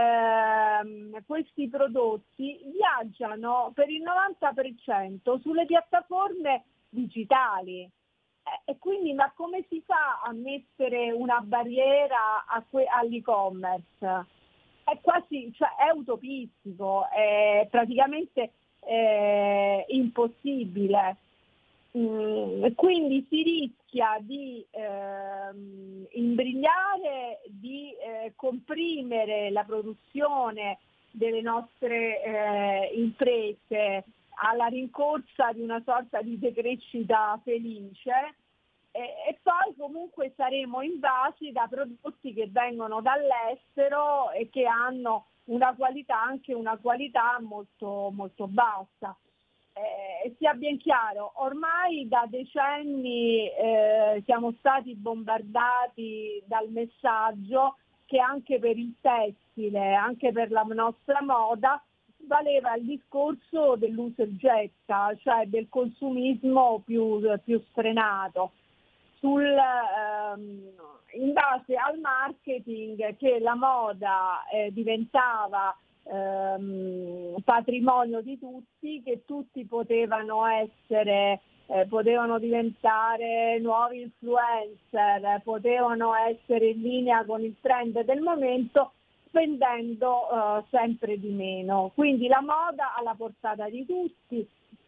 prodotti viaggiano per il 90% sulle piattaforme digitali, e quindi ma come si fa a mettere una barriera all'e-commerce? È quasi, è utopistico, è praticamente impossibile. Quindi si rischia di imbrigliare, di comprimere la produzione delle nostre imprese alla rincorsa di una sorta di decrescita felice, e poi comunque saremo invasi da prodotti che vengono dall'estero e che hanno una qualità, anche una qualità molto, molto bassa. Sia ben chiaro, ormai da decenni siamo stati bombardati dal messaggio che anche per il tessile, anche per la nostra moda, valeva il discorso dell'usa e getta, cioè del consumismo più sfrenato, in base al marketing, che la moda diventava patrimonio di tutti, che tutti potevano diventare nuovi influencer, potevano essere in linea con il trend del momento, spendendo sempre di meno. Quindi la moda alla portata di tutti,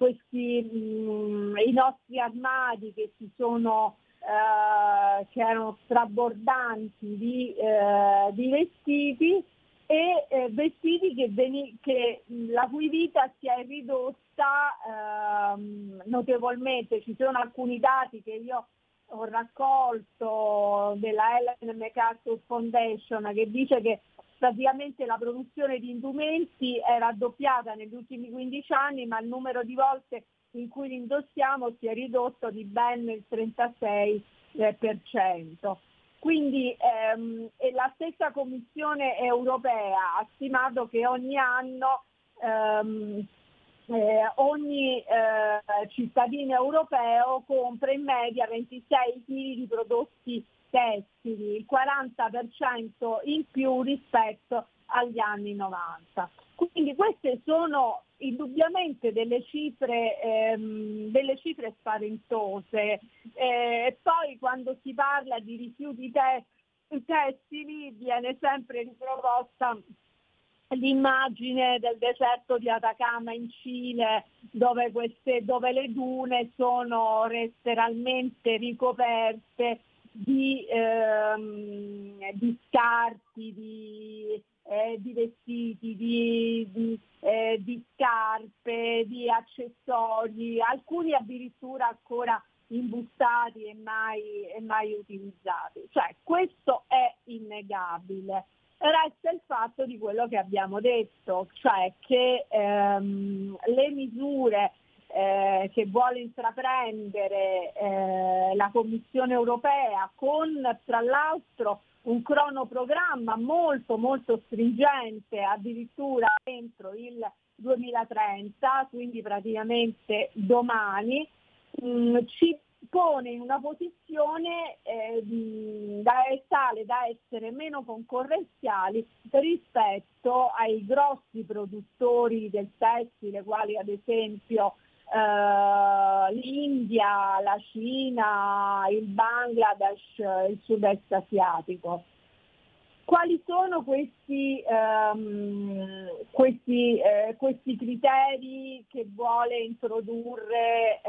i nostri armadi che che erano strabordanti di vestiti, e vestiti che la cui vita si è ridotta notevolmente. Ci sono alcuni dati che io ho raccolto della Ellen MacArthur Foundation, che dice che praticamente la produzione di indumenti è raddoppiata negli ultimi 15 anni, ma il numero di volte in cui li indossiamo si è ridotto di ben il 36%. Quindi la stessa Commissione europea ha stimato che ogni anno ogni cittadino europeo compra in media 26 kg di prodotti tessili, il 40% in più rispetto agli anni 90. Quindi queste sono indubbiamente delle cifre spaventose. Poi quando si parla di rifiuti tessili viene sempre riproposta l'immagine del deserto di Atacama in Cile, dove le dune sono letteralmente ricoperte di scarti, di vestiti, di scarpe, di accessori, alcuni addirittura ancora imbustati e mai utilizzati. Cioè, questo è innegabile. Resta il fatto di quello che abbiamo detto, cioè che le misure che vuole intraprendere la Commissione europea, con tra l'altro un cronoprogramma molto molto stringente, addirittura entro il 2030, quindi praticamente domani, ci pone in una posizione tale da essere meno concorrenziali rispetto ai grossi produttori del tessile, quali ad esempio l'India, la Cina, il Bangladesh, il sud-est asiatico. Quali sono questi criteri che vuole introdurre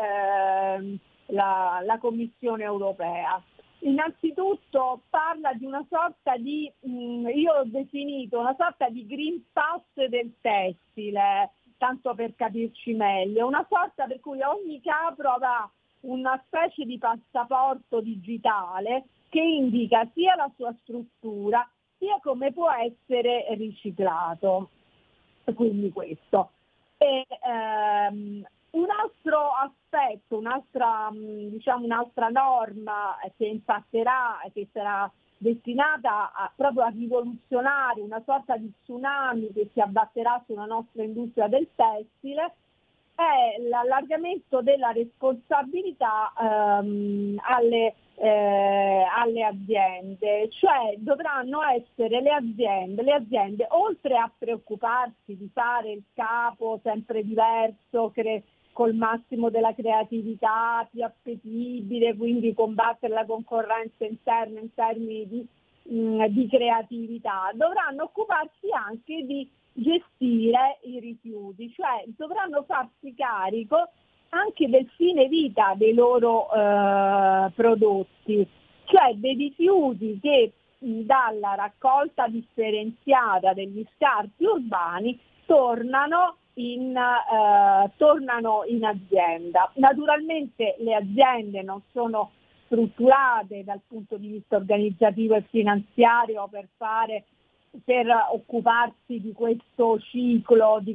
la Commissione europea? Innanzitutto parla di una sorta di, io ho definito una sorta di Green Pass del tessile, tanto per capirci meglio, una sorta per cui ogni capro avrà una specie di passaporto digitale che indica sia la sua struttura sia come può essere riciclato. Quindi questo. Un altro aspetto, un'altra norma che impatterà, che sarà destinata proprio a rivoluzionare una sorta di tsunami che si abbatterà sulla nostra industria del tessile, è l'allargamento della responsabilità alle aziende, cioè dovranno essere le aziende, oltre a preoccuparsi di fare il capo sempre diverso, col massimo della creatività, più appetibile, quindi combattere la concorrenza interna in termini di creatività, dovranno occuparsi anche di gestire i rifiuti, cioè dovranno farsi carico anche del fine vita dei loro prodotti, cioè dei rifiuti che dalla raccolta differenziata degli scarti urbani tornano in azienda. Naturalmente le aziende non sono strutturate dal punto di vista organizzativo e finanziario per occuparsi di questo ciclo, di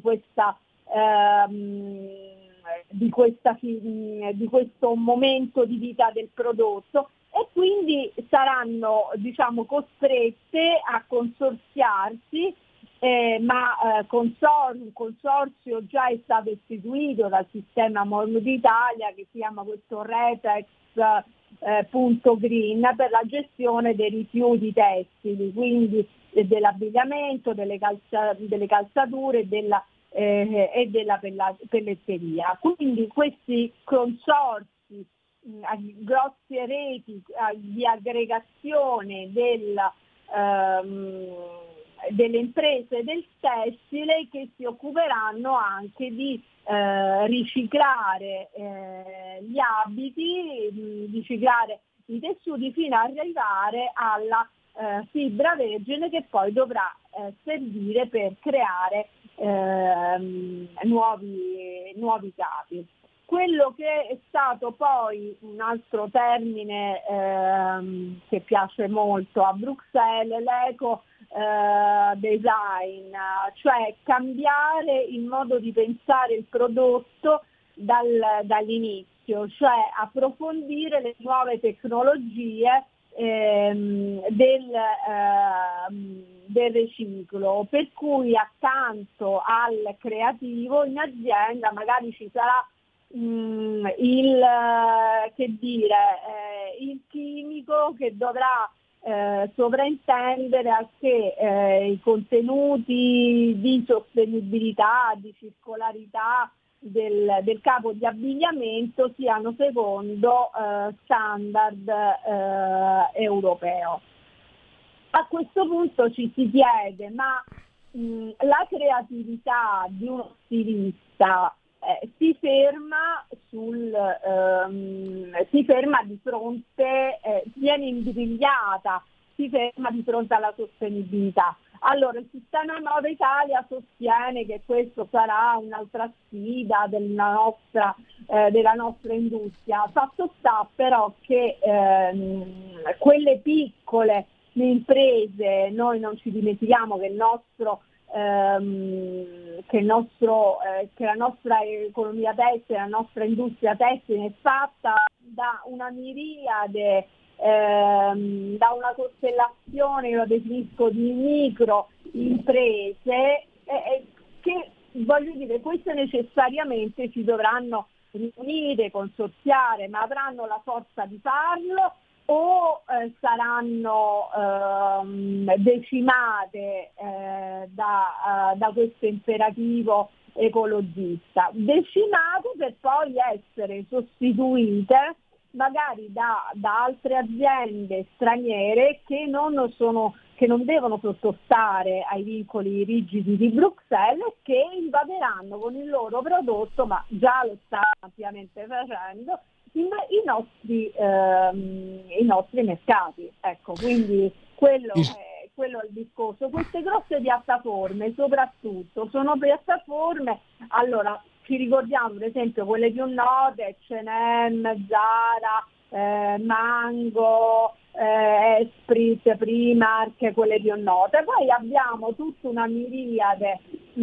questo momento di vita del prodotto, e quindi saranno costrette a consorziarsi ma un consorzio già è stato istituito dal sistema Mondo d'Italia, che si chiama questo Retex.green, per la gestione dei rifiuti tessili, quindi dell'abbigliamento, delle calzature e della pelletteria. Quindi questi consorzi, grosse reti di aggregazione delle imprese del tessile, che si occuperanno anche di riciclare gli abiti, riciclare i tessuti, fino ad arrivare alla fibra vergine, che poi dovrà servire per creare nuovi capi. Quello che è stato poi un altro termine che piace molto a Bruxelles, l'eco design, cioè cambiare il modo di pensare il prodotto dall'inizio, cioè approfondire le nuove tecnologie del riciclo, per cui accanto al creativo in azienda magari ci sarà il chimico che dovrà sovrintendere a che i contenuti di sostenibilità, di circolarità del capo di abbigliamento siano secondo standard europeo. A questo punto ci si chiede, ma la creatività di uno stilista si ferma di fronte, viene imbrigliata, si ferma di fronte alla sostenibilità. Allora il sistema Moda Italia sostiene che questo sarà un'altra sfida della nostra industria. Fatto sta però che quelle piccole imprese, noi non ci dimentichiamo che la nostra economia tessile, la nostra industria tessile è fatta da una miriade, da una costellazione, lo definisco, di micro imprese, che, voglio dire, queste necessariamente si dovranno riunire, consorziare, ma avranno la forza di farlo o saranno decimate da questo imperativo ecologista, decimate per poi essere sostituite magari da altre aziende straniere che non devono sottostare ai vincoli rigidi di Bruxelles, che invaderanno con il loro prodotto, ma già lo stanno ampiamente facendo, i nostri mercati. Ecco, quindi quello è il discorso. Queste grosse piattaforme soprattutto sono piattaforme, allora ci ricordiamo per esempio quelle più note, H&M, Zara, Mango, Esprit, Primark, quelle più note. Poi abbiamo tutta una miriade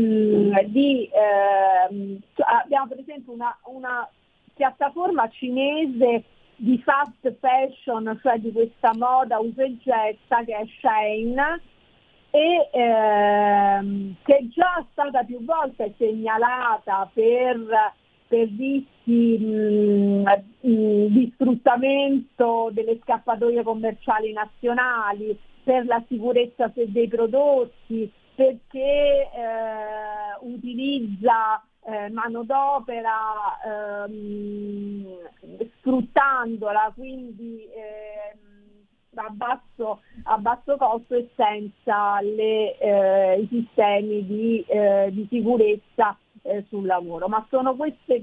abbiamo per esempio una piattaforma cinese di fast fashion, cioè di questa moda usa e getta, che è Shein, e che è già stata più volte segnalata per rischi di sfruttamento delle scappatoie commerciali nazionali, per la sicurezza dei prodotti, perché utilizza manodopera sfruttandola, quindi a basso costo e senza i sistemi di sicurezza sul lavoro. Ma sono queste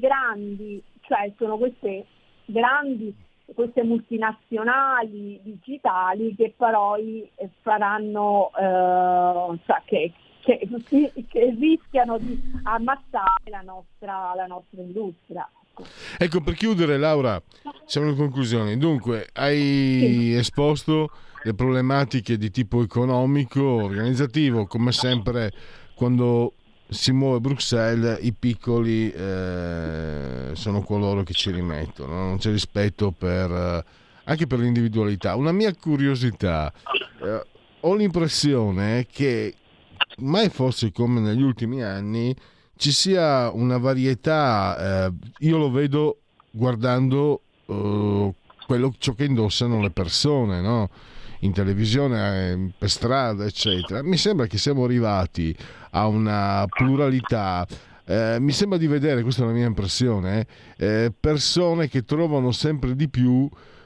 queste multinazionali digitali che poi faranno, che rischiano di ammazzare la nostra industria. Ecco, per chiudere, Laura, siamo in conclusione. Dunque, hai esposto le problematiche di tipo economico, organizzativo. Come sempre, quando si muove Bruxelles, i piccoli sono coloro che ci rimettono, non c'è rispetto anche per l'individualità. Una mia curiosità, ho l'impressione che mai forse come negli ultimi anni ci sia una varietà, io lo vedo guardando ciò che indossano le persone, no? In televisione, per strada, eccetera. Mi sembra che siamo arrivati a una pluralità. Mi sembra di vedere, questa è la mia impressione, persone che trovano sempre di più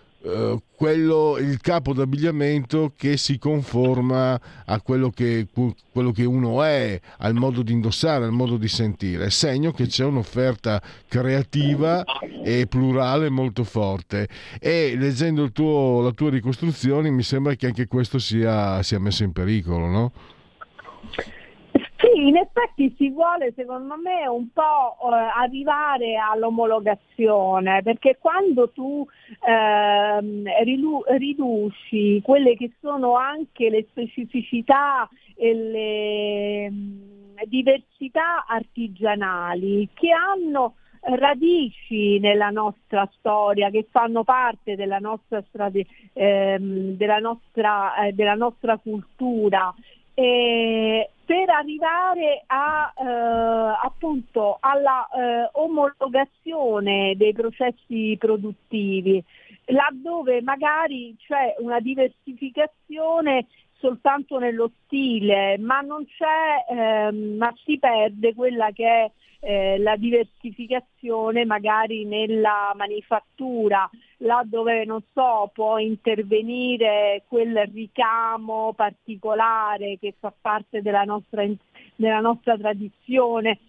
il capo d'abbigliamento che si conforma a quello che uno è, al modo di indossare, al modo di sentire, segno che c'è un'offerta creativa e plurale molto forte, e leggendo la tua ricostruzione mi sembra che anche questo sia messo in pericolo, no? Sì, in effetti si vuole, secondo me, un po' arrivare all'omologazione, perché quando tu riduci quelle che sono anche le specificità e le diversità artigianali che hanno radici nella nostra storia, che fanno parte della nostra cultura, per arrivare appunto alla omologazione dei processi produttivi, laddove magari c'è una diversificazione soltanto nello stile, ma non c'è, ma si perde quella che è la diversificazione magari nella manifattura, là dove, non so, può intervenire quel ricamo particolare che fa parte della nostra tradizione,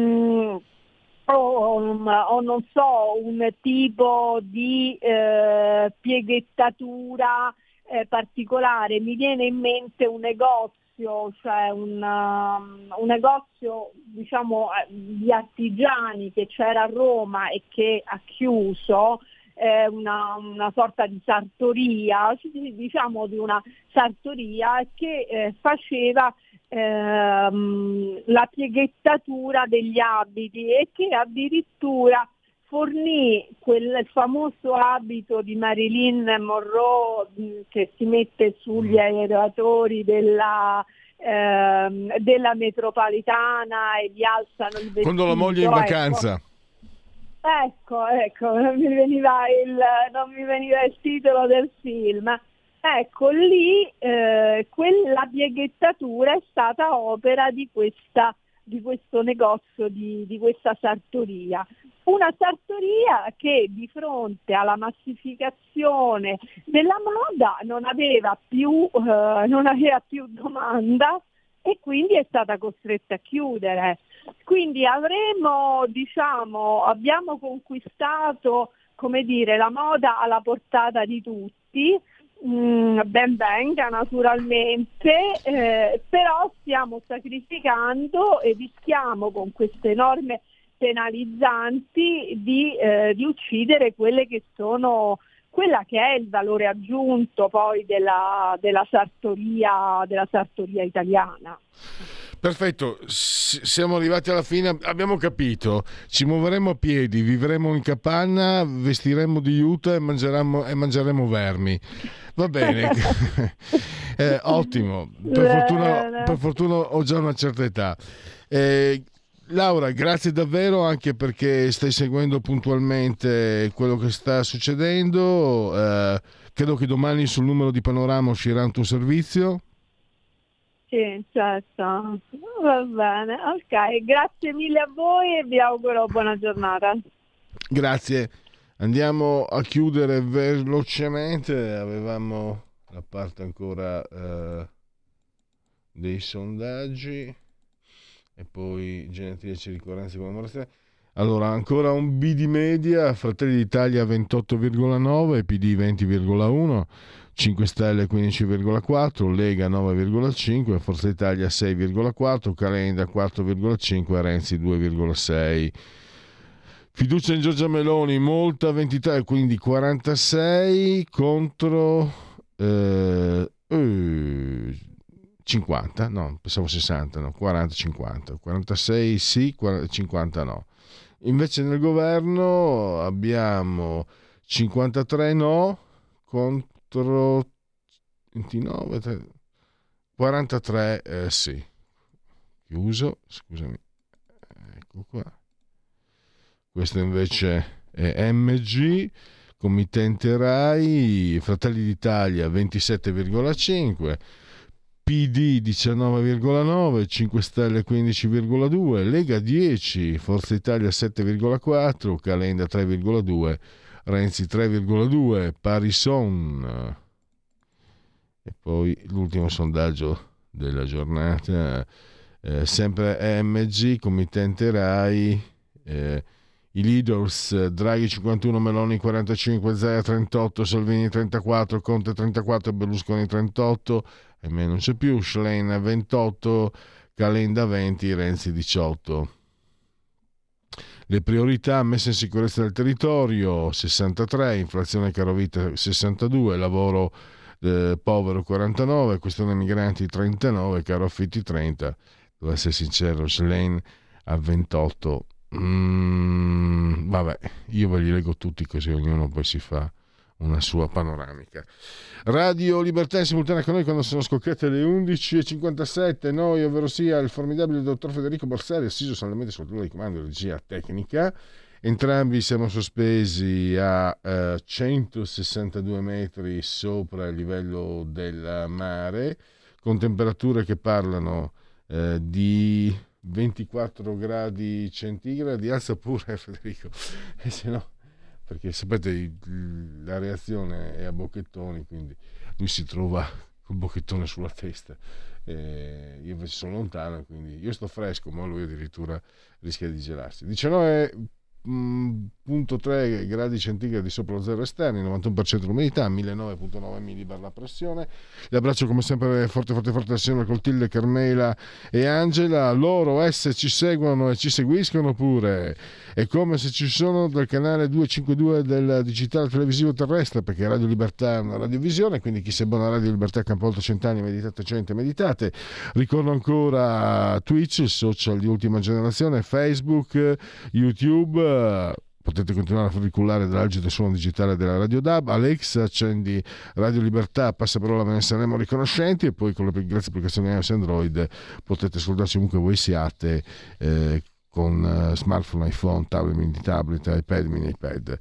o non so, un tipo di pieghettatura particolare. Mi viene in mente un negozio, cioè un negozio, diciamo, di artigiani che c'era a Roma e che ha chiuso, una sorta di sartoria, diciamo di una sartoria che faceva la pieghettatura degli abiti, e che addirittura fornì quel famoso abito di Marilyn Monroe che si mette sugli aeratori della metropolitana e vi alzano il vestito. Quando la moglie è in vacanza. Ecco, non mi veniva il titolo del film. Ecco, lì quella pieghettatura è stata opera di questo negozio, di questa sartoria. Una sartoria che di fronte alla massificazione della moda non aveva più domanda, e quindi è stata costretta a chiudere. Quindi abbiamo conquistato, come dire, la moda alla portata di tutti, ben venga naturalmente, però stiamo sacrificando e rischiamo con queste norme penalizzanti di uccidere quella che è il valore aggiunto poi della sartoria italiana. Perfetto, siamo arrivati alla fine, abbiamo capito, ci muoveremo a piedi, vivremo in capanna, vestiremo di juta e mangeremo vermi. Va bene. Ottimo, per fortuna ho già una certa età. Laura, grazie davvero, anche perché stai seguendo puntualmente quello che sta succedendo. Credo che domani sul numero di Panorama uscirà un tuo servizio. Sì, certo. Va bene, ok. Grazie mille a voi e vi auguro buona giornata. Grazie. Andiamo a chiudere velocemente. Avevamo la parte ancora dei sondaggi e poi genetriaci, ricorrenze e commemorazioni. Allora, ancora un B di media: Fratelli d'Italia 28,9, PD 20,1, 5 Stelle 15,4, Lega 9,5, Forza Italia 6,4, Calenda 4,5, Renzi 2,6. Fiducia in Giorgia Meloni molta, 23, quindi 46 contro 50, no, pensavo 60, no, 40, 50, 46 sì, 50 no. Invece nel governo abbiamo 53 no contro 29, 43 sì. chiuso, scusami, ecco qua. Questo invece è MG, committente Rai, Fratelli d'Italia 27,5, PD 19,9, 5 Stelle 15,2, Lega 10, Forza Italia 7,4, Calenda 3,2, Renzi 3,2, Parison. E poi l'ultimo sondaggio della giornata, sempre MG, committente Rai, i leaders: Draghi 51, Meloni 45, Zaia 38, Salvini 34, Conte 34, Berlusconi 38, e me non c'è più, Schlein 28, Calenda 20, Renzi 18. Le priorità: messa in sicurezza del territorio 63, inflazione carovita 62, lavoro povero 49, questione migranti 39, caro affitti 30. Devo essere sincero, Schlein a 28. Vabbè, io ve li leggo tutti così ognuno poi si fa una sua panoramica. Radio Libertà in simultanea con noi quando sono scocchiate le 11:57. Noi, ovvero sia il formidabile dottor Federico Borsari, assiso saldamente sul turno di comando di regia tecnica. Entrambi siamo sospesi a 162 metri sopra il livello del mare, con temperature che parlano di 24 gradi centigradi. Alza pure Federico, e se no, perché sapete la reazione è a bocchettoni, quindi lui si trova col bocchettone sulla testa, io invece sono lontano, quindi io sto fresco, ma lui addirittura rischia di gelarsi. 19,3 gradi centigradi sopra lo zero esterni, 91% l'umidità, 1009,9 millibar la pressione. Li abbraccio come sempre forte la signora Coltilde, Carmela e Angela. Loro ci seguono e ci seguiscono pure, è come se ci sono dal canale 252 del digitale televisivo terrestre, perché Radio Libertà è una radiovisione, quindi chi si abbona a Radio Libertà Campolto Cent'anni, meditate gente, meditate. Ricordo ancora Twitch, il social di ultima generazione, Facebook, YouTube. Potete continuare a furiculare dall'algido suono digitale della Radio DAB. Alexa, accendi Radio Libertà, passaparola, ve ne saremo riconoscenti. E poi con le grazie applicazioni iOS e Android potete ascoltarci ovunque voi siate, con smartphone, iPhone, tablet, iPad, mini iPad.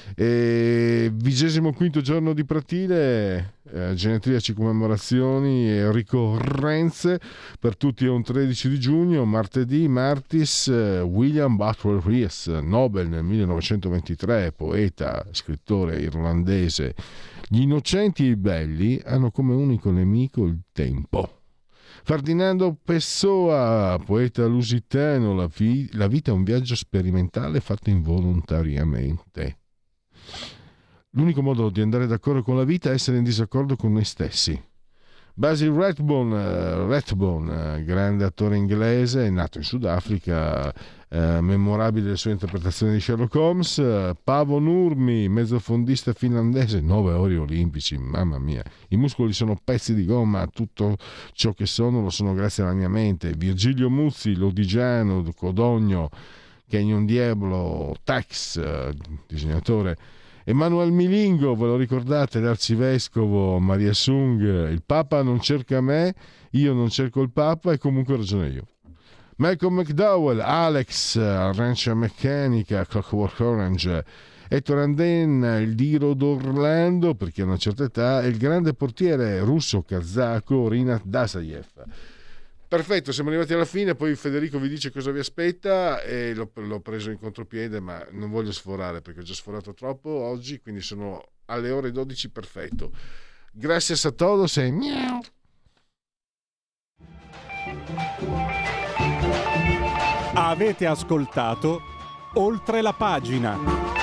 25° giorno di Pratile, genetriaci, commemorazioni e ricorrenze. Per tutti è un 13 di giugno, martedì, Martis, William Butler Yeats, Nobel nel 1923, poeta, scrittore irlandese. Gli innocenti e i belli hanno come unico nemico il tempo. Ferdinando Pessoa, poeta lusitano, la vita è un viaggio sperimentale fatto involontariamente. L'unico modo di andare d'accordo con la vita è essere in disaccordo con noi stessi. Basil Rathbone, grande attore inglese, nato in Sudafrica, memorabile le sue interpretazioni di Sherlock Holmes. Paavo Nurmi, mezzofondista finlandese, 9 ori olimpici, mamma mia, i muscoli sono pezzi di gomma, tutto ciò che sono lo sono grazie alla mia mente. Virgilio Muzzi, lodigiano, Codogno, Canyon Diablo, Tax, disegnatore. Emanuel Milingo, ve lo ricordate, l'arcivescovo Maria Sung, il Papa non cerca me, io non cerco il Papa e comunque ho ragione io. Malcolm McDowell, Alex, Arancia Meccanica, Clockwork Orange, Ettore Anden, il Diro d'Orlando, perché a una certa età, e il grande portiere russo-kazako Rinat Dasayev. Perfetto, siamo arrivati alla fine, poi Federico vi dice cosa vi aspetta e l'ho preso in contropiede, ma non voglio sforare perché ho già sforato troppo oggi, quindi sono alle ore 12, perfetto. Gracias a todos e miau. Avete ascoltato Oltre la pagina.